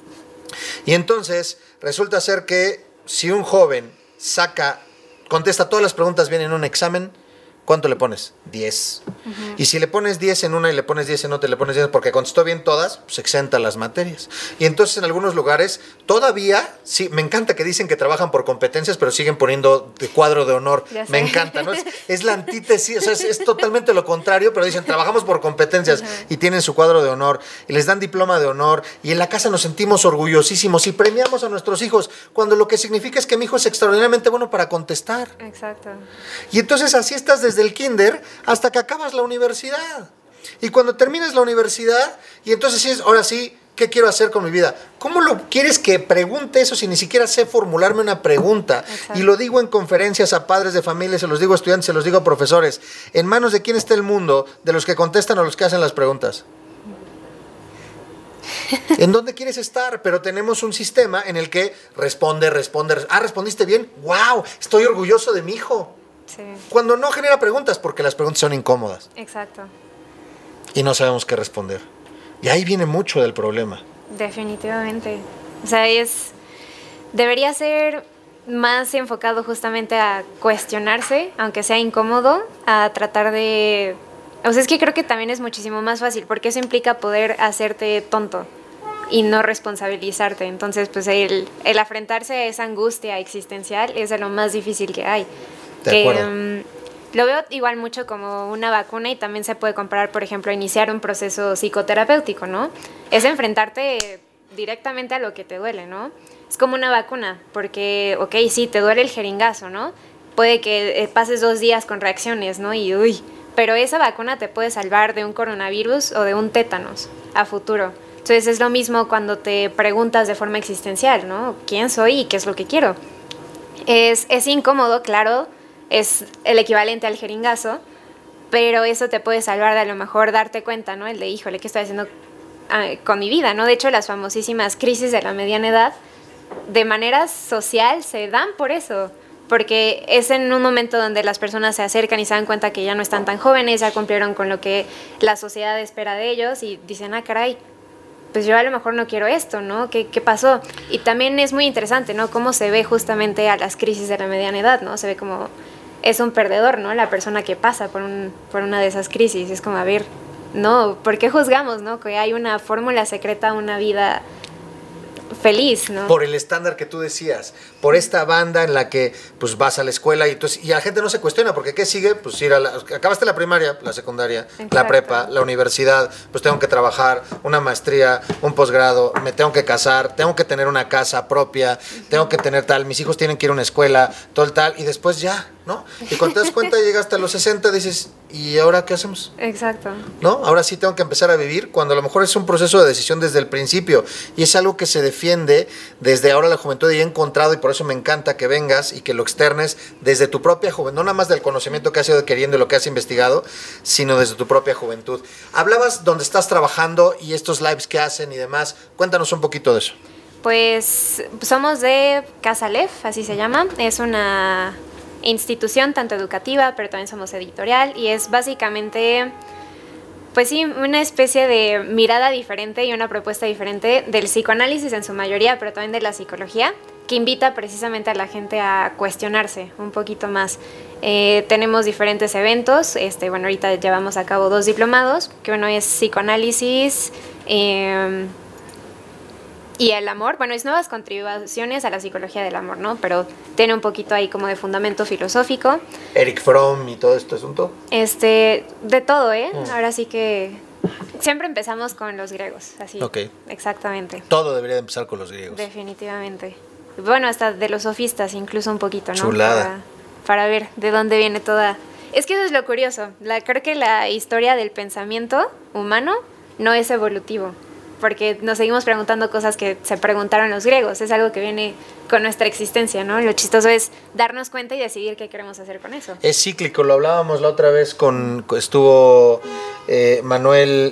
Y entonces resulta ser que si un joven saca, contesta todas las preguntas bien en un examen, ¿cuánto le pones? diez. Uh-huh. Y si le pones diez en una y le pones diez en otra y le pones diez porque contestó bien todas, pues exenta las materias. Y entonces en algunos lugares todavía, sí, me encanta que dicen que trabajan por competencias, pero siguen poniendo de cuadro de honor. Me encanta, ¿no? Es, es la antítesis, o sea, es, es totalmente lo contrario, pero dicen trabajamos por competencias. Uh-huh. Y tienen su cuadro de honor y les dan diploma de honor y en la casa nos sentimos orgullosísimos y premiamos a nuestros hijos cuando lo que significa es que mi hijo es extraordinariamente bueno para contestar. Exacto. Y entonces así estás desde el kinder hasta que acabas la universidad. Y cuando terminas la universidad, y entonces dices, ahora sí, ¿qué quiero hacer con mi vida? ¿Cómo lo quieres que pregunte eso si ni siquiera sé formularme una pregunta? Exacto. Y lo digo en conferencias a padres de familia, se los digo a estudiantes, se los digo a profesores. ¿En manos de quién está el mundo? ¿De los que contestan o los que hacen las preguntas? ¿En dónde quieres estar? Pero tenemos un sistema en el que responde, responde. Ah, ¿respondiste bien? ¡Wow! Estoy orgulloso de mi hijo. Sí. Cuando no genera preguntas, porque las preguntas son incómodas. Exacto. Y no sabemos qué responder. Y ahí viene mucho del problema. Definitivamente. O sea, es... Debería ser más enfocado justamente a cuestionarse, aunque sea incómodo, a tratar de... O sea, es que creo que también es muchísimo más fácil, porque eso implica poder hacerte tonto y no responsabilizarte. Entonces, pues el, el enfrentarse a esa angustia existencial es de lo más difícil que hay. De que, acuerdo. Um, lo veo igual mucho como una vacuna y también se puede comparar, por ejemplo, a iniciar un proceso psicoterapéutico, ¿no? Es enfrentarte directamente a lo que te duele, ¿no? Es como una vacuna, porque, ok, sí, te duele el jeringazo, ¿no? Puede que eh, pases dos días con reacciones, ¿no? Y, uy, pero esa vacuna te puede salvar de un coronavirus o de un tétanos a futuro. Entonces es lo mismo cuando te preguntas de forma existencial, ¿no? ¿Quién soy y qué es lo que quiero? Es, es incómodo, claro, es el equivalente al jeringazo, pero eso te puede salvar de a lo mejor darte cuenta, ¿no? El de, híjole, ¿qué estoy haciendo ah, con mi vida, ¿no? De hecho, las famosísimas crisis de la mediana edad, de manera social, se dan por eso, porque es en un momento donde las personas se acercan y se dan cuenta que ya no están tan jóvenes, ya cumplieron con lo que la sociedad espera de ellos y dicen, ah, caray, pues yo a lo mejor no quiero esto, ¿no? ¿Qué, qué pasó? Y también es muy interesante, ¿no? Cómo se ve justamente a las crisis de la mediana edad, ¿no? Se ve como es un perdedor, ¿no? La persona que pasa por, un, por una de esas crisis. Es como, a ver, no, ¿por qué juzgamos, no? Que hay una fórmula secreta, una vida feliz, ¿no? Por el estándar que tú decías, por esta banda en la que pues vas a la escuela y, entonces, y la gente no se cuestiona, porque ¿qué sigue? Pues ir a la, acabaste la primaria, la secundaria, Exacto. la prepa, la universidad, pues tengo que trabajar, una maestría, un posgrado, me tengo que casar, tengo que tener una casa propia, tengo que tener tal, mis hijos tienen que ir a una escuela, todo el tal, y después ya, ¿no? Y cuando te das cuenta llegas hasta los sesenta, dices, ¿y ahora qué hacemos? Exacto. ¿No? Ahora sí tengo que empezar a vivir, cuando a lo mejor es un proceso de decisión desde el principio, y es algo que se defiende desde ahora la juventud, y he encontrado, y por eso me encanta que vengas y que lo externes desde tu propia juventud, no nada más del conocimiento que has ido adquiriendo y lo que has investigado, sino desde tu propia juventud. Hablabas donde estás trabajando y estos lives que hacen y demás, cuéntanos un poquito de eso. Pues somos de Casa Lef, así se llama, es una institución tanto educativa, pero también somos editorial, y es básicamente, pues sí, una especie de mirada diferente y una propuesta diferente del psicoanálisis en su mayoría, pero también de la psicología, que invita precisamente a la gente a cuestionarse un poquito más. Eh, tenemos diferentes eventos, este, bueno, ahorita llevamos a cabo dos diplomados, que uno es psicoanálisis eh, y el amor, bueno, es nuevas contribuciones a la psicología del amor, ¿no? Pero tiene un poquito ahí como de fundamento filosófico. Eric Fromm y todo este asunto. Este, de todo, ¿eh? Mm. Ahora sí que siempre empezamos con los griegos, así. Ok. Exactamente. Todo debería de empezar con los griegos. Definitivamente. Bueno, hasta de los sofistas incluso un poquito, ¿no? Chulada. Para, para ver de dónde viene toda... Es que eso es lo curioso. La, creo que la historia del pensamiento humano no es evolutivo, porque nos seguimos preguntando cosas que se preguntaron los griegos. Es algo que viene con nuestra existencia, ¿no? Lo chistoso es darnos cuenta y decidir qué queremos hacer con eso. Es cíclico, lo hablábamos la otra vez con... Estuvo eh, Manuel,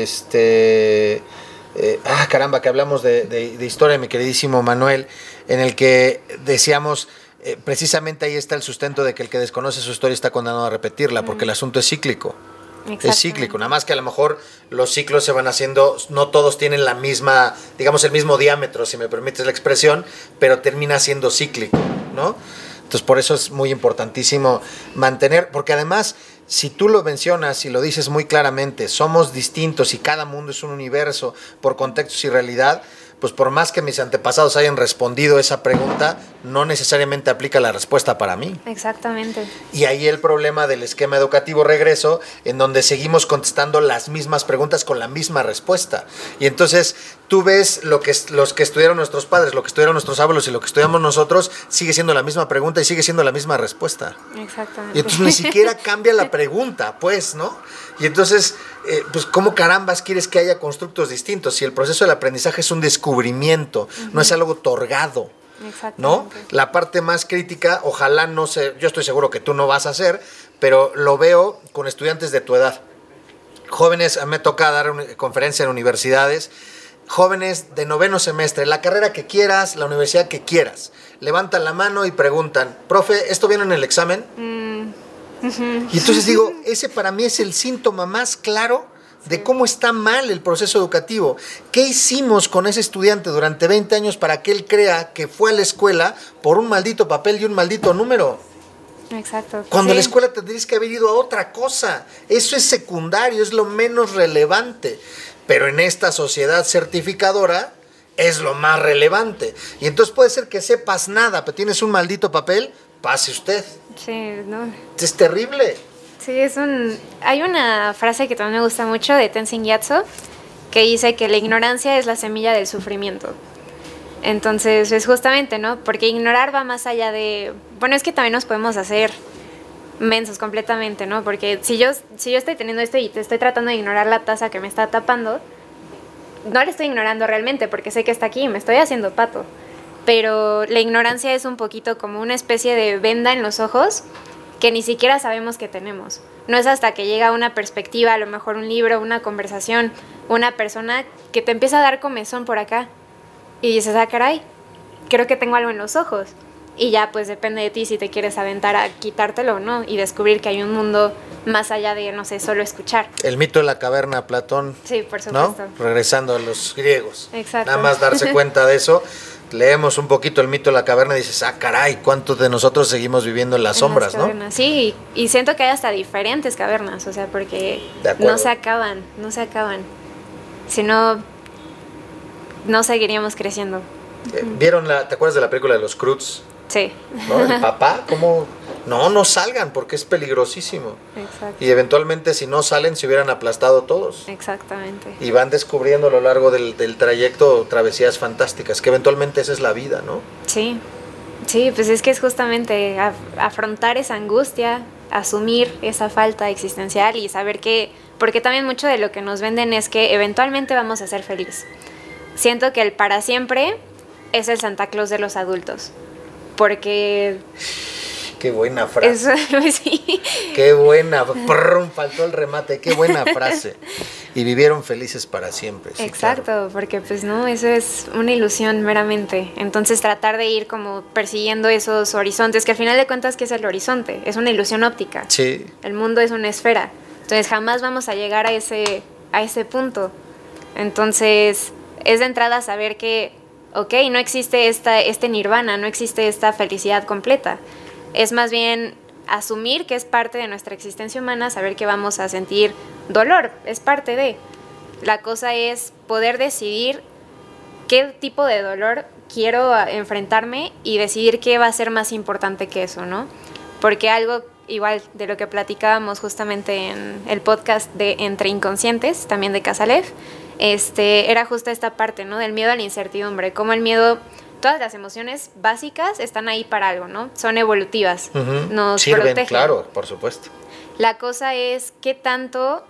este... Eh, ah, caramba, que hablamos de, de, de historia, mi queridísimo Manuel, en el que decíamos... Eh, precisamente ahí está el sustento de que el que desconoce su historia está condenado a repetirla, porque mm. el asunto es cíclico. Es cíclico, nada más que a lo mejor los ciclos se van haciendo, no todos tienen la misma, digamos el mismo diámetro, si me permites la expresión, pero termina siendo cíclico, ¿no? Entonces por eso es muy importantísimo mantener, porque además si tú lo mencionas y lo dices muy claramente, somos distintos y cada mundo es un universo por contextos y realidad, pues por más que mis antepasados hayan respondido esa pregunta, no necesariamente aplica la respuesta para mí. Exactamente. Y ahí el problema del esquema educativo regreso, en donde seguimos contestando las mismas preguntas con la misma respuesta. Y entonces tú ves lo que los que estudiaron nuestros padres, lo que estudiaron nuestros abuelos y lo que estudiamos nosotros, sigue siendo la misma pregunta y sigue siendo la misma respuesta. Exactamente. Y entonces ni siquiera cambia la pregunta, pues, ¿no? Y entonces, eh, pues, ¿cómo carambas quieres que haya constructos distintos? Si el proceso del aprendizaje es un descubrimiento, uh-huh. no es algo otorgado, ¿no? La parte más crítica, ojalá no sé, yo estoy seguro que tú no vas a hacer, pero lo veo con estudiantes de tu edad. Jóvenes, me toca dar una conferencia en universidades, jóvenes de noveno semestre, la carrera que quieras, la universidad que quieras, levantan la mano y preguntan, profe, ¿esto viene en el examen? Mm. Uh-huh. Y entonces digo, ese para mí es el síntoma más claro de sí. cómo está mal el proceso educativo. ¿Qué hicimos con ese estudiante durante veinte años para que él crea que fue a la escuela por un maldito papel y un maldito número? Exacto. Cuando sí. la escuela tendrías que haber ido a otra cosa. Eso es secundario, es lo menos relevante. Pero en esta sociedad certificadora es lo más relevante. Y entonces puede ser que sepas nada, pero tienes un maldito papel, pase usted. Sí, no. Es terrible. Sí, es un... Hay una frase que también me gusta mucho de Tenzin Gyatso que dice que la ignorancia es la semilla del sufrimiento. Entonces, es justamente, ¿no? Porque ignorar va más allá de... Bueno, es que también nos podemos hacer mensos completamente, ¿no? Porque si yo, si yo estoy teniendo esto y te estoy tratando de ignorar la taza que me está tapando, no la estoy ignorando realmente porque sé que está aquí y me estoy haciendo pato. Pero la ignorancia es un poquito como una especie de venda en los ojos que ni siquiera sabemos que tenemos. No es hasta que llega una perspectiva, a lo mejor un libro, una conversación, una persona que te empieza a dar comezón por acá y dices, ah, caray, creo que tengo algo en los ojos. Y ya pues depende de ti si te quieres aventar a quitártelo o no y descubrir que hay un mundo más allá de, no sé, solo escuchar. El mito de la caverna, Platón. Sí, por supuesto. ¿No? Regresando a los griegos. Exacto. Nada más darse cuenta de eso. Leemos un poquito el mito de la caverna y dices, ah, caray, ¿cuántos de nosotros seguimos viviendo en las en sombras, las ¿no? Sí, y, y siento que hay hasta diferentes cavernas, o sea, porque no se acaban, no se acaban. Sino, no seguiríamos creciendo. Eh, ¿Vieron la, te acuerdas de la película de los Croods? Sí. ¿No? El papá, ¿cómo? No, no salgan porque es peligrosísimo. Exacto. Y eventualmente si no salen se hubieran aplastado todos. Exactamente. Y van descubriendo a lo largo del, del trayecto travesías fantásticas, que eventualmente esa es la vida, ¿no? Sí, sí, pues es que es justamente af- afrontar esa angustia, asumir esa falta existencial y saber que, porque también mucho de lo que nos venden es que eventualmente vamos a ser felices. Siento que el para siempre es el Santa Claus de los adultos, porque... Qué buena frase. Eso, sí. Qué buena, prrrum, faltó el remate, qué buena frase. Y vivieron felices para siempre. Sí, exacto, claro. porque pues no, eso es una ilusión meramente. Entonces tratar de ir como persiguiendo esos horizontes, que al final de cuentas, ¿qué es el horizonte? Es una ilusión óptica. Sí. El mundo es una esfera. Entonces jamás vamos a llegar a ese, a ese punto. Entonces es de entrada saber que, ok, no existe esta, este nirvana, no existe esta felicidad completa. Es más bien asumir que es parte de nuestra existencia humana, saber que vamos a sentir dolor, es parte de. La cosa es poder decidir qué tipo de dolor quiero enfrentarme y decidir qué va a ser más importante que eso, ¿no? Porque algo igual de lo que platicábamos justamente en el podcast de Entre Inconscientes, también de Casalev, este, era justo esta parte, ¿no? Del miedo a la incertidumbre, cómo el miedo... Todas las emociones básicas están ahí para algo, ¿no? Son evolutivas, Uh-huh. nos Sirven, protegen. claro, por supuesto. La cosa es qué tanto...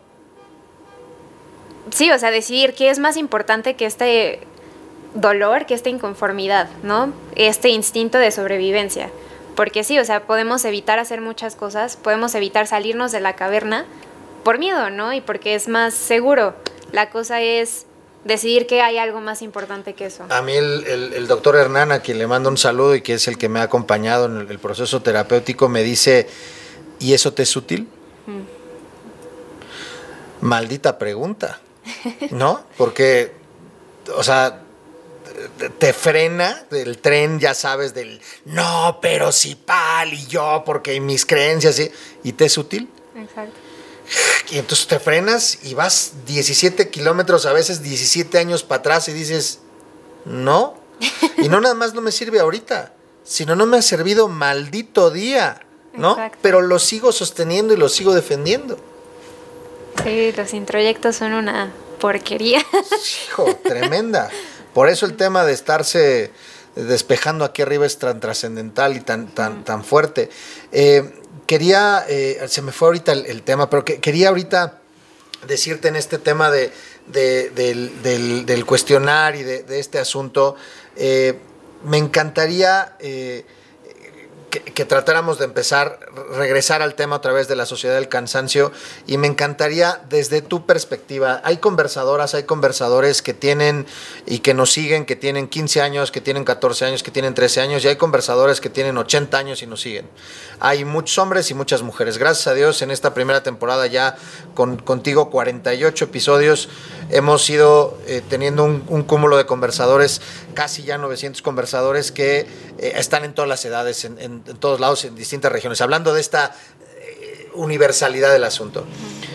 Sí, o sea, decidir qué es más importante que este dolor, que esta inconformidad, ¿no? Este instinto de sobrevivencia. Porque sí, o sea, podemos evitar hacer muchas cosas, podemos evitar salirnos de la caverna por miedo, ¿no? Y porque es más seguro. La cosa es... decidir que hay algo más importante que eso. A mí el, el, el doctor Hernán, a quien le mando un saludo y que es el que me ha acompañado en el, el proceso terapéutico, me dice, ¿y eso te es útil? Mm. Maldita pregunta, ¿no? Porque, o sea, te, te frena el tren, ya sabes, del, no, pero si pal y yo, porque mis creencias, ¿sí? ¿Y te es útil? Exacto. Y entonces te frenas y vas diecisiete kilómetros, a veces diecisiete años para atrás y dices, no. Y no nada más no me sirve ahorita, sino no me ha servido maldito día, ¿no? Exacto. Pero lo sigo sosteniendo y lo sigo defendiendo. Sí, los introyectos son una porquería. Hijo, tremenda. Por eso el tema de estarse despejando aquí arriba es tan trascendental y tan, tan, tan fuerte. Eh, Quería, eh, se me fue ahorita el, el tema, pero que, quería ahorita decirte en este tema de, de, del, del, del cuestionar y de, de este asunto, eh, me encantaría eh, que, que tratáramos de empezar, regresar al tema a través de la sociedad del cansancio, y me encantaría desde tu perspectiva. Hay conversadoras, hay conversadores que tienen y que nos siguen, que tienen quince años, que tienen catorce años, que tienen trece años, y hay conversadores que tienen ochenta años y nos siguen. Hay muchos hombres y muchas mujeres. Gracias a Dios, en esta primera temporada ya con, contigo cuarenta y ocho episodios, hemos ido eh, teniendo un, un cúmulo de conversadores, casi ya novecientos conversadores que eh, están en todas las edades, en, en, en todos lados, en distintas regiones, hablando de esta eh, universalidad del asunto.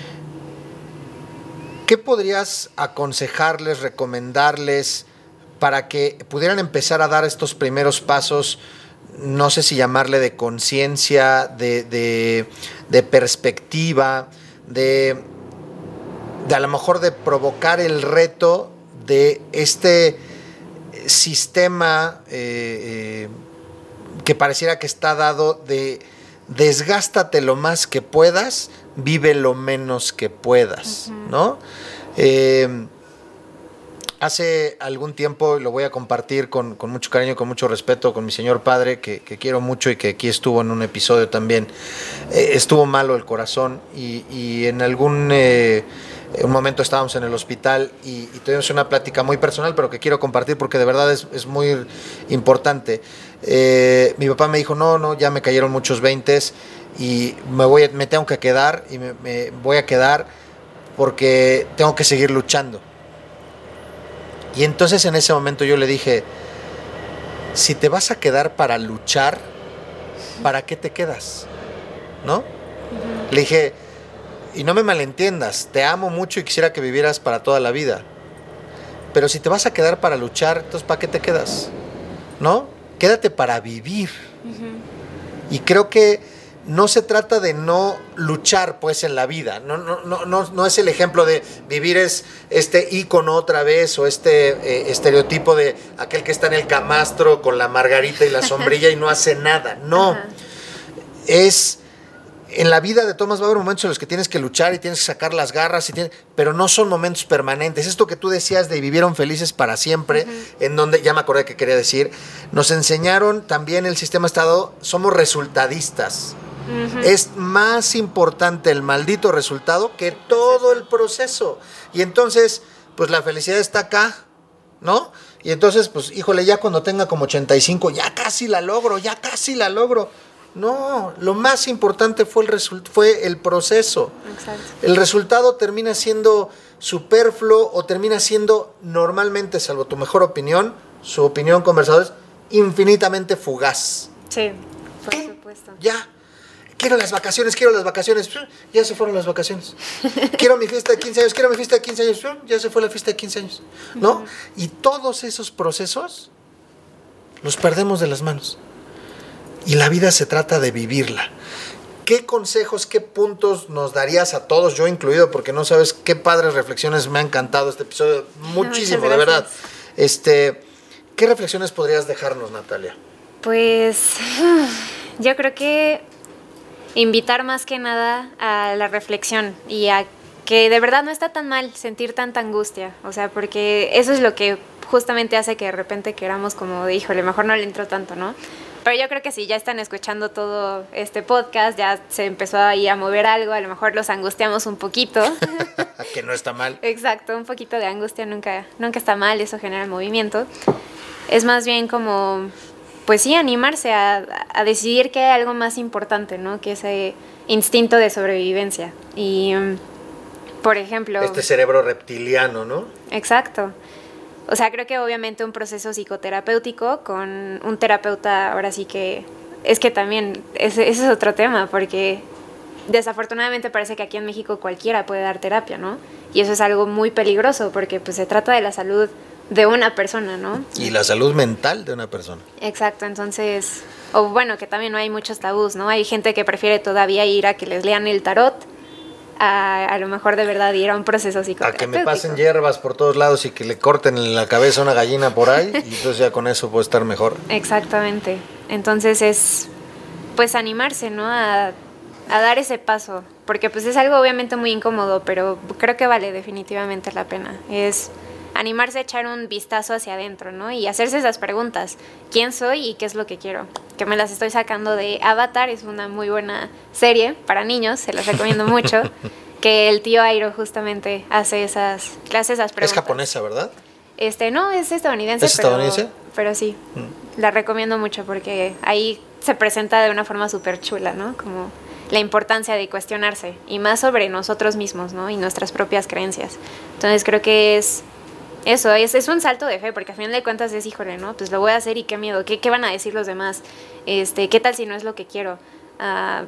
¿Qué podrías aconsejarles, recomendarles para que pudieran empezar a dar estos primeros pasos? No sé si llamarle de conciencia, de, de, de perspectiva, de, de a lo mejor de provocar el reto de este sistema eh, eh, que pareciera que está dado de desgástate lo más que puedas, vive lo menos que puedas, uh-huh. ¿no? Eh, Hace algún tiempo, lo voy a compartir con, con mucho cariño, con mucho respeto, con mi señor padre, que, que quiero mucho y que aquí estuvo en un episodio también. Eh, estuvo malo el corazón y, y en algún eh, un momento estábamos en el hospital y, y tuvimos una plática muy personal, pero que quiero compartir porque de verdad es, es muy importante. Eh, mi papá me dijo, no, no, ya me cayeron muchos veintes y me, voy a, me tengo que quedar y me, me voy a quedar porque tengo que seguir luchando. Y entonces en ese momento yo le dije, si te vas a quedar para luchar, ¿para qué te quedas? ¿No? Uh-huh. Le dije, y no me malentiendas, te amo mucho y quisiera que vivieras para toda la vida, Pero si te vas a quedar para luchar, entonces ¿para qué te quedas? ¿No? Quédate para vivir. Uh-huh. Y creo que no se trata de no luchar pues en la vida. No, no, no, no, no es el ejemplo de vivir es este ícono otra vez o este eh, estereotipo de aquel que está en el camastro con la margarita y la sombrilla y no hace nada. No. Uh-huh. Es... En la vida de Tomás va a haber momentos en los que tienes que luchar y tienes que sacar las garras, y tienes, pero no son momentos permanentes. Esto que tú decías de vivieron felices para siempre, uh-huh. en donde, ya me acordé que quería decir, nos enseñaron también el sistema Estado, somos resultadistas. Uh-huh. Es más importante el maldito resultado que todo el proceso. Y entonces, pues la felicidad está acá, ¿no? Y entonces, pues, híjole, ya cuando tenga como ochenta y cinco, ya casi la logro, ya casi la logro. No, lo más importante fue el, result- fue el proceso. Exacto. El resultado termina siendo superfluo o termina siendo normalmente, salvo tu mejor opinión, su opinión conversadores, infinitamente fugaz. Sí, por ¿Qué? supuesto. Ya, quiero las vacaciones, quiero las vacaciones, ya se fueron las vacaciones. Quiero mi fiesta de quince años, quiero mi fiesta de quince años, ya se fue la fiesta de quince años. ¿No? Uh-huh. Y todos esos procesos los perdemos de las manos. Y la vida se trata de vivirla. ¿Qué consejos, qué puntos nos darías a todos, yo incluido, porque no sabes qué padres reflexiones me ha encantado este episodio? Muchísimo, de verdad. Este, ¿qué reflexiones podrías dejarnos, Natalia? Pues yo creo que invitar más que nada a la reflexión y a que de verdad no está tan mal sentir tanta angustia. O sea, porque eso es lo que justamente hace que de repente queramos como de, híjole, mejor no le entro tanto, ¿no? Pero yo creo que si ya están escuchando todo este podcast, ya se empezó ahí a mover algo, a lo mejor los angustiamos un poquito. Que no está mal. Exacto, un poquito de angustia nunca, nunca está mal, eso genera movimiento. Es más bien como, pues sí, animarse a, a decidir que hay algo más importante, ¿no? Que ese instinto de sobrevivencia. Y, por ejemplo... Este cerebro reptiliano, ¿no? Exacto. O sea, creo que obviamente un proceso psicoterapéutico con un terapeuta, ahora sí que... Es que también, ese, ese es otro tema, porque desafortunadamente parece que aquí en México cualquiera puede dar terapia, ¿no? Y eso es algo muy peligroso, porque pues se trata de la salud de una persona, ¿no? Y la salud mental de una persona. Exacto, entonces... O bueno, que también no hay muchos tabús, ¿no? Hay gente que prefiere todavía ir a que les lean el tarot, A, a lo mejor de verdad ir a un proceso psicoterapéutico. A que me pasen hierbas por todos lados y que le corten la cabeza a una gallina por ahí, y entonces ya con eso puedo estar mejor. Exactamente. Entonces es, pues, animarse, ¿no? A, a dar ese paso, porque pues es algo obviamente muy incómodo, pero creo que vale definitivamente la pena. Es animarse a echar un vistazo hacia adentro, ¿no? Y hacerse esas preguntas. ¿Quién soy y qué es lo que quiero? Que me las estoy sacando de Avatar, es una muy buena serie para niños, se las recomiendo mucho, que el tío Airo justamente hace esas, hace esas preguntas. Es japonesa, ¿verdad? Este, no, es estadounidense. ¿Es estadounidense? Pero, pero sí, mm. la recomiendo mucho porque ahí se presenta de una forma súper chula, ¿no? Como la importancia de cuestionarse, y más sobre nosotros mismos, ¿no? Y nuestras propias creencias. Entonces creo que es... Eso, es, es un salto de fe, porque al final de cuentas es, híjole, ¿no? Pues lo voy a hacer y qué miedo, ¿qué, qué van a decir los demás? Este, ¿qué tal si no es lo que quiero? Uh,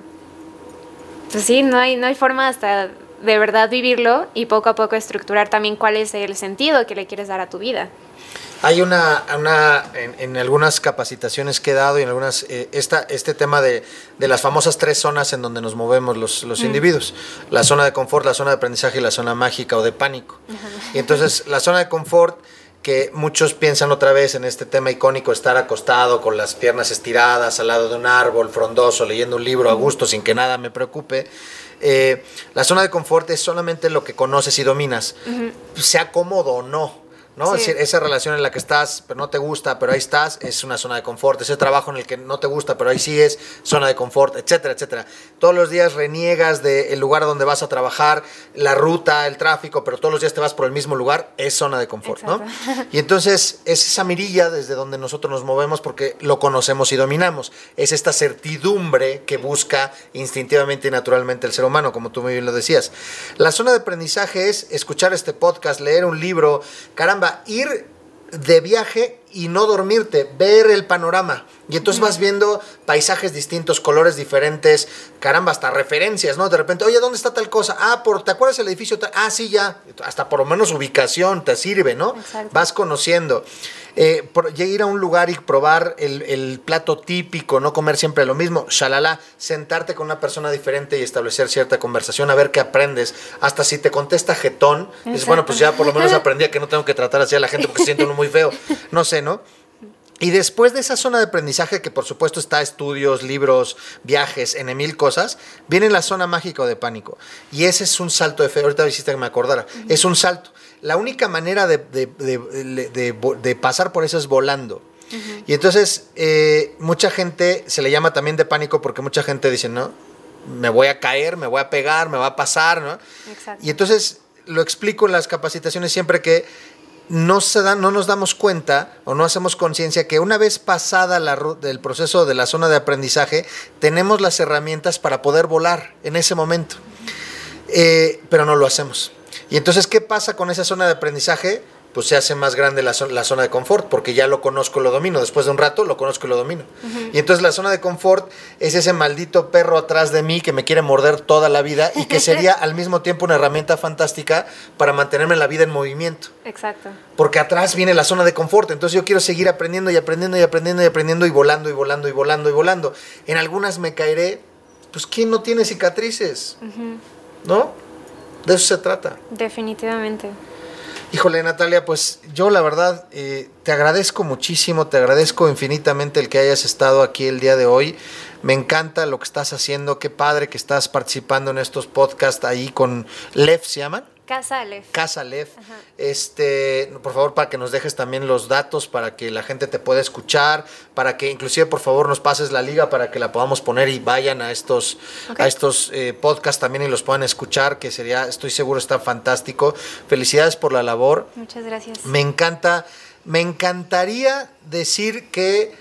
pues sí, no hay, no hay forma hasta de verdad vivirlo y poco a poco estructurar también cuál es el sentido que le quieres dar a tu vida. Hay una, una en, en algunas capacitaciones que he dado y en algunas, eh, esta, este tema de, de las famosas tres zonas en donde nos movemos los, los mm. individuos. La zona de confort, la zona de aprendizaje y la zona mágica o de pánico. Uh-huh. Y entonces la zona de confort, que muchos piensan otra vez en este tema icónico, estar acostado con las piernas estiradas al lado de un árbol frondoso, leyendo un libro a gusto sin que nada me preocupe. Eh, la zona de confort es solamente lo que conoces y dominas, uh-huh. sea cómodo o no. ¿no? Sí. Es decir, esa relación en la que estás, pero no te gusta, pero ahí estás, es una zona de confort. Ese trabajo en el que no te gusta, pero ahí sigues, zona de confort, etcétera, etcétera. Todos los días reniegas del lugar donde vas a trabajar, la ruta, el tráfico, pero todos los días te vas por el mismo lugar, es zona de confort, exacto, ¿no? Y entonces es esa mirilla desde donde nosotros nos movemos porque lo conocemos y dominamos. Es esta certidumbre que busca instintivamente y naturalmente el ser humano, como tú muy bien lo decías. La zona de aprendizaje es escuchar este podcast, leer un libro, caramba, ir de viaje y no dormirte, ver el panorama. Y entonces vas viendo paisajes distintos, colores diferentes, caramba, hasta referencias, ¿no? De repente, oye, ¿dónde está tal cosa? Ah, por, ¿te acuerdas el edificio? Ah, sí, ya. Hasta por lo menos ubicación te sirve, ¿no? Exacto. Vas conociendo. Eh, por, ir a un lugar y probar el, el plato típico, no comer siempre lo mismo, shalala, sentarte con una persona diferente y establecer cierta conversación, a ver qué aprendes. Hasta si te contesta jetón, dices, bueno, pues ya por lo menos aprendí a que no tengo que tratar así a la gente porque se siente uno muy feo. No sé, ¿no? Y después de esa zona de aprendizaje, que por supuesto está estudios, libros, viajes, en mil cosas, viene la zona mágica o de pánico. Y ese es un salto de fe. Ahorita hiciste que me acordara. Uh-huh. Es un salto. La única manera de, de, de, de, de, de pasar por eso es volando. Uh-huh. Y entonces, eh, mucha gente se le llama también de pánico porque mucha gente dice, no, me voy a caer, me voy a pegar, me va a pasar, ¿no? Exacto. Y entonces lo explico en las capacitaciones siempre que No, se dan, no nos damos cuenta o no hacemos conciencia que una vez pasada la, el proceso de la zona de aprendizaje, tenemos las herramientas para poder volar en ese momento, eh, pero no lo hacemos. Y entonces, ¿qué pasa con esa zona de aprendizaje? Pues se hace más grande la, la zona de confort, porque ya lo conozco, lo domino. Después de un rato lo conozco y lo domino. Uh-huh. Y entonces la zona de confort es ese maldito perro atrás de mí que me quiere morder toda la vida y que sería al mismo tiempo una herramienta fantástica para mantenerme la vida en movimiento. Exacto. Porque atrás viene la zona de confort. Entonces yo quiero seguir aprendiendo y aprendiendo y aprendiendo y aprendiendo y volando y volando y volando y volando. En algunas me caeré. Pues ¿quién no tiene cicatrices? Uh-huh. ¿No? De eso se trata. Definitivamente. Híjole, Natalia, pues yo la verdad eh, te agradezco muchísimo, te agradezco infinitamente el que hayas estado aquí el día de hoy. Me encanta lo que estás haciendo, qué padre que estás participando en estos podcasts ahí con Lev, ¿se llaman? Casa Lev. Casa Lev. Ajá. Este, por favor, para que nos dejes también los datos para que la gente te pueda escuchar, para que inclusive por favor nos pases la liga para que la podamos poner y vayan a estos, okay. a estos eh, podcasts también y los puedan escuchar, que sería, estoy seguro, está fantástico. Felicidades por la labor. Muchas gracias. Me encanta, me encantaría decir que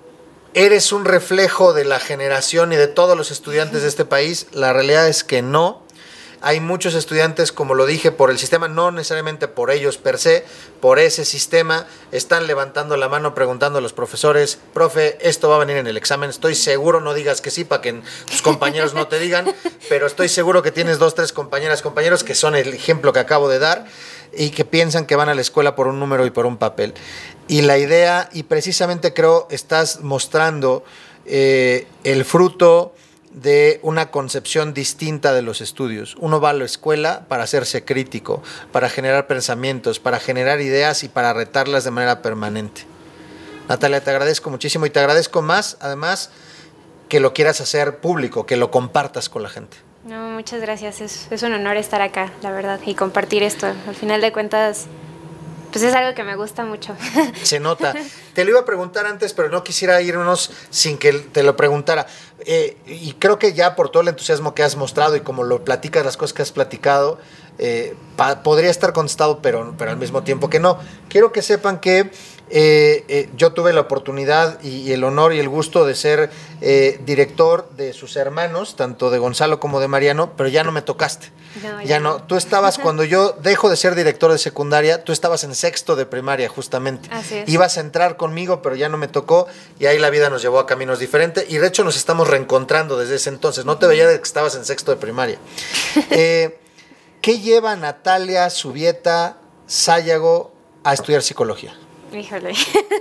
eres un reflejo de la generación y de todos los estudiantes de este país. La realidad es que no. Hay muchos estudiantes, como lo dije, por el sistema, no necesariamente por ellos per se, por ese sistema, están levantando la mano preguntando a los profesores, profe, esto va a venir en el examen, estoy seguro, no digas que sí para que tus compañeros no te digan, pero estoy seguro que tienes dos, tres compañeras, compañeros que son el ejemplo que acabo de dar y que piensan que van a la escuela por un número y por un papel. Y la idea, y precisamente creo, estás mostrando eh, el fruto de una concepción distinta de los estudios. Uno va a la escuela para hacerse crítico, para generar pensamientos, para generar ideas y para retarlas de manera permanente. Natalia, te agradezco muchísimo y te agradezco más, además, que lo quieras hacer público, que lo compartas con la gente. No, muchas gracias. Es, es un honor estar acá, la verdad, y compartir esto. Al final de cuentas, pues es algo que me gusta mucho. Se nota. Te lo iba a preguntar antes, pero no quisiera irnos sin que te lo preguntara. Eh, y creo que ya por todo el entusiasmo que has mostrado y como lo platicas, las cosas que has platicado, eh, pa- podría estar contestado, pero, pero al mismo tiempo que no. Quiero que sepan que eh, eh, yo tuve la oportunidad y, y el honor y el gusto de ser eh, director de sus hermanos, tanto de Gonzalo como de Mariano, pero ya no me tocaste. No, ya, ya no. no. Tú estabas, cuando yo dejo de ser director de secundaria, tú estabas en sexto de primaria, justamente. Así es. Ibas a entrar conmigo, pero ya no me tocó, y ahí la vida nos llevó a caminos diferentes, y de hecho nos estamos reencontrando desde ese entonces. No te veía de que estabas en sexto de primaria. Eh, ¿Qué lleva Natalia Zubieta Sayago a estudiar psicología? Híjole,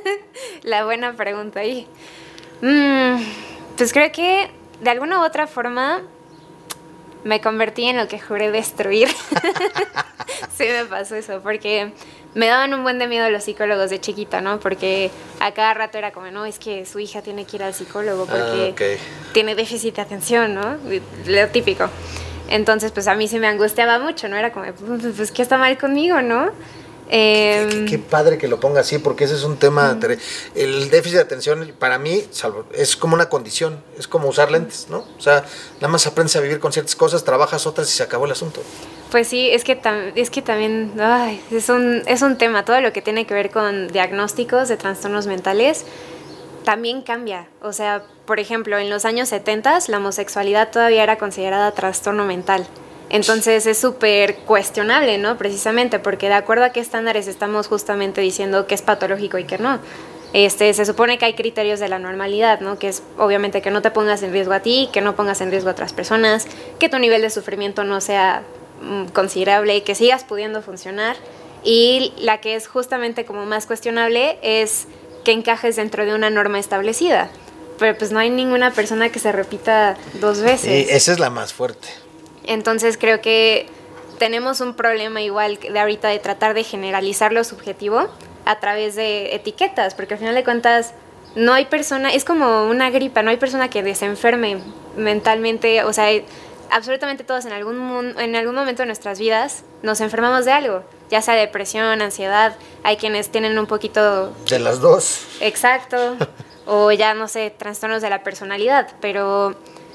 la buena pregunta ahí. Mm, pues creo que de alguna u otra forma me convertí en lo que juré destruir. Sí me pasó eso, porque me daban un buen de miedo los psicólogos de chiquita, ¿no? Porque a cada rato era como, no, es que su hija tiene que ir al psicólogo porque ah, okay. tiene déficit de atención, ¿no? Lo típico. Entonces, pues a mí se me angustiaba mucho, ¿no? Era como, pues, ¿qué está mal conmigo, no? Eh, qué, qué, qué padre que lo ponga así, porque ese es un tema. Uh-huh. El déficit de atención, para mí, salvo, es como una condición, es como usar lentes, ¿no? O sea, nada más aprendes a vivir con ciertas cosas, trabajas otras y se acabó el asunto. Pues sí, es que, tam- es que también ay, es, un, es un tema, todo lo que tiene que ver con diagnósticos de trastornos mentales también cambia. O sea, por ejemplo, en los años setenta la homosexualidad todavía era considerada trastorno mental. Entonces es súper cuestionable, ¿no? Precisamente porque de acuerdo a qué estándares estamos justamente diciendo que es patológico y que no. Este, se supone que hay criterios de la normalidad, ¿no? Que es obviamente que no te pongas en riesgo a ti, que no pongas en riesgo a otras personas, que tu nivel de sufrimiento no sea mm, considerable, que sigas pudiendo funcionar. Y la que es justamente como más cuestionable es que encajes dentro de una norma establecida. Pero pues no hay ninguna persona que se repita dos veces. Y esa es la más fuerte. Entonces creo que tenemos un problema igual de ahorita de tratar de generalizar lo subjetivo a través de etiquetas, porque al final de cuentas no hay persona, es como una gripa, no hay persona que se enferme mentalmente, o sea, absolutamente todos en algún, en algún momento de nuestras vidas nos enfermamos de algo, ya sea depresión, ansiedad, hay quienes tienen un poquito... De las dos. Exacto, o ya no sé, trastornos de la personalidad, pero...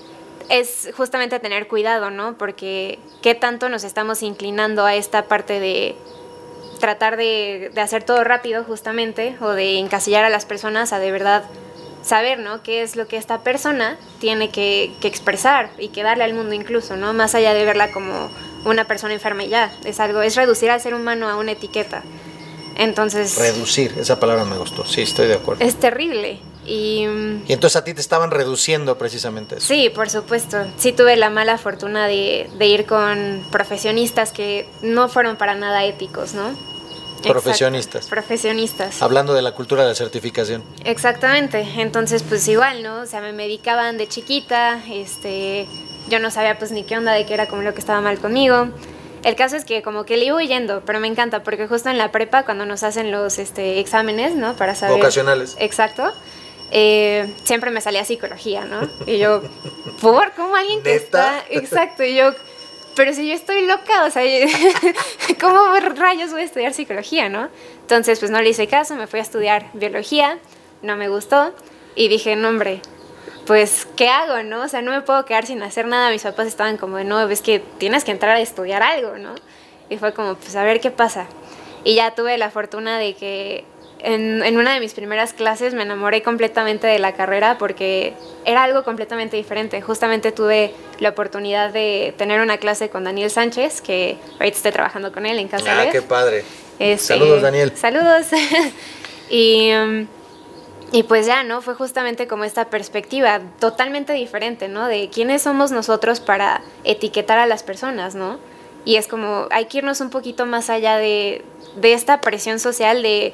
es justamente tener cuidado, ¿no? Porque qué tanto nos estamos inclinando a esta parte de tratar de, de hacer todo rápido, justamente, o de encasillar a las personas a de verdad saber, ¿no? Qué es lo que esta persona tiene que, que expresar y que darle al mundo incluso, ¿no? Más allá de verla como una persona enferma y ya. Es algo, es reducir al ser humano a una etiqueta. Entonces... Reducir, esa palabra me gustó, sí, estoy de acuerdo. Es terrible. Y, y entonces a ti te estaban reduciendo precisamente eso. Sí, por supuesto. Sí tuve la mala fortuna de, de ir con profesionistas que no fueron para nada éticos, ¿no? Profesionistas. Exacto, profesionistas. Hablando de la cultura de la certificación. Exactamente. Entonces, pues igual, ¿no? O sea, me medicaban de chiquita, este, yo no sabía pues ni qué onda de qué era como lo que estaba mal conmigo. El caso es que como que le iba huyendo, pero me encanta porque justo en la prepa cuando nos hacen los este, exámenes, ¿no? Para saber... Vocacionales. Exacto. Eh, siempre me salía psicología, ¿no? Y yo, ¿por? ¿Cómo alguien que ¿Neta? está...? Exacto, y yo, pero si yo estoy loca, o sea, ¿cómo rayos voy a estudiar psicología, no? Entonces, pues no le hice caso, me fui a estudiar biología, no me gustó, y dije, no, hombre, pues, ¿qué hago, no? O sea, no me puedo quedar sin hacer nada. Mis papás estaban como de, no, ves que tienes que entrar a estudiar algo, ¿no? Y fue como, pues, a ver qué pasa. Y ya tuve la fortuna de que en, en una de mis primeras clases me enamoré completamente de la carrera porque era algo completamente diferente. Justamente tuve la oportunidad de tener una clase con Daniel Sánchez, que ahorita estoy trabajando con él en Casa Ah, Lef. qué padre. Este, saludos, Daniel. Saludos. y... Um, Y pues ya, ¿no? Fue justamente como esta perspectiva totalmente diferente, ¿no? De quiénes somos nosotros para etiquetar a las personas, ¿no? Y es como, hay que irnos un poquito más allá de, de esta presión social de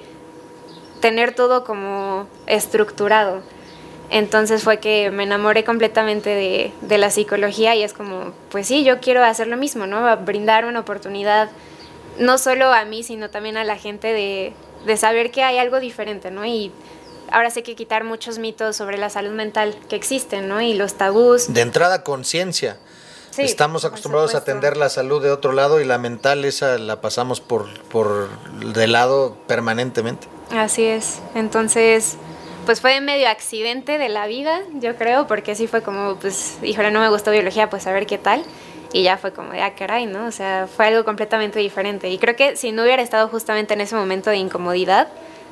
tener todo como estructurado. Entonces fue que me enamoré completamente de, de la psicología y es como, pues sí, yo quiero hacer lo mismo, ¿no? Brindar una oportunidad, no solo a mí, sino también a la gente de, de saber que hay algo diferente, ¿no? Y ahora sí hay que quitar muchos mitos sobre la salud mental que existen, ¿no? Y los tabús. De entrada, conciencia. Sí, estamos acostumbrados a atender la salud de otro lado y la mental esa la pasamos por, por de lado permanentemente. Así es. Entonces, pues fue medio accidente de la vida, yo creo, porque sí fue como, pues, híjole, no me gustó biología, pues a ver qué tal. Y ya fue como de, ah, caray, ¿no? O sea, fue algo completamente diferente. Y creo que si no hubiera estado justamente en ese momento de incomodidad,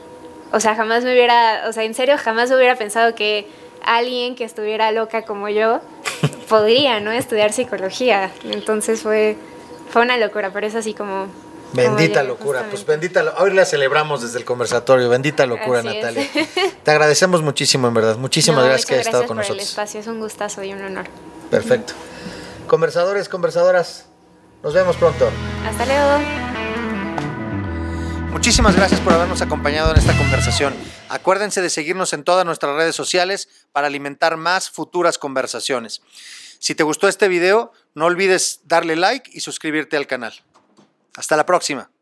o sea, jamás me hubiera, o sea, en serio, jamás hubiera pensado que alguien que estuviera loca como yo podría, ¿no? Estudiar psicología. Entonces fue, fue una locura, pero es así como... Bendita como locura, pues bendita, hoy la celebramos desde el conversatorio, bendita locura, así Natalia. Te agradecemos muchísimo, en verdad, muchísimas no, gracias que hayas estado con nosotros. Gracias por el espacio, es un gustazo y un honor. Perfecto. Conversadores, conversadoras, nos vemos pronto. Hasta luego. Muchísimas gracias por habernos acompañado en esta conversación. Acuérdense de seguirnos en todas nuestras redes sociales para alimentar más futuras conversaciones. Si te gustó este video, no olvides darle like y suscribirte al canal. Hasta la próxima.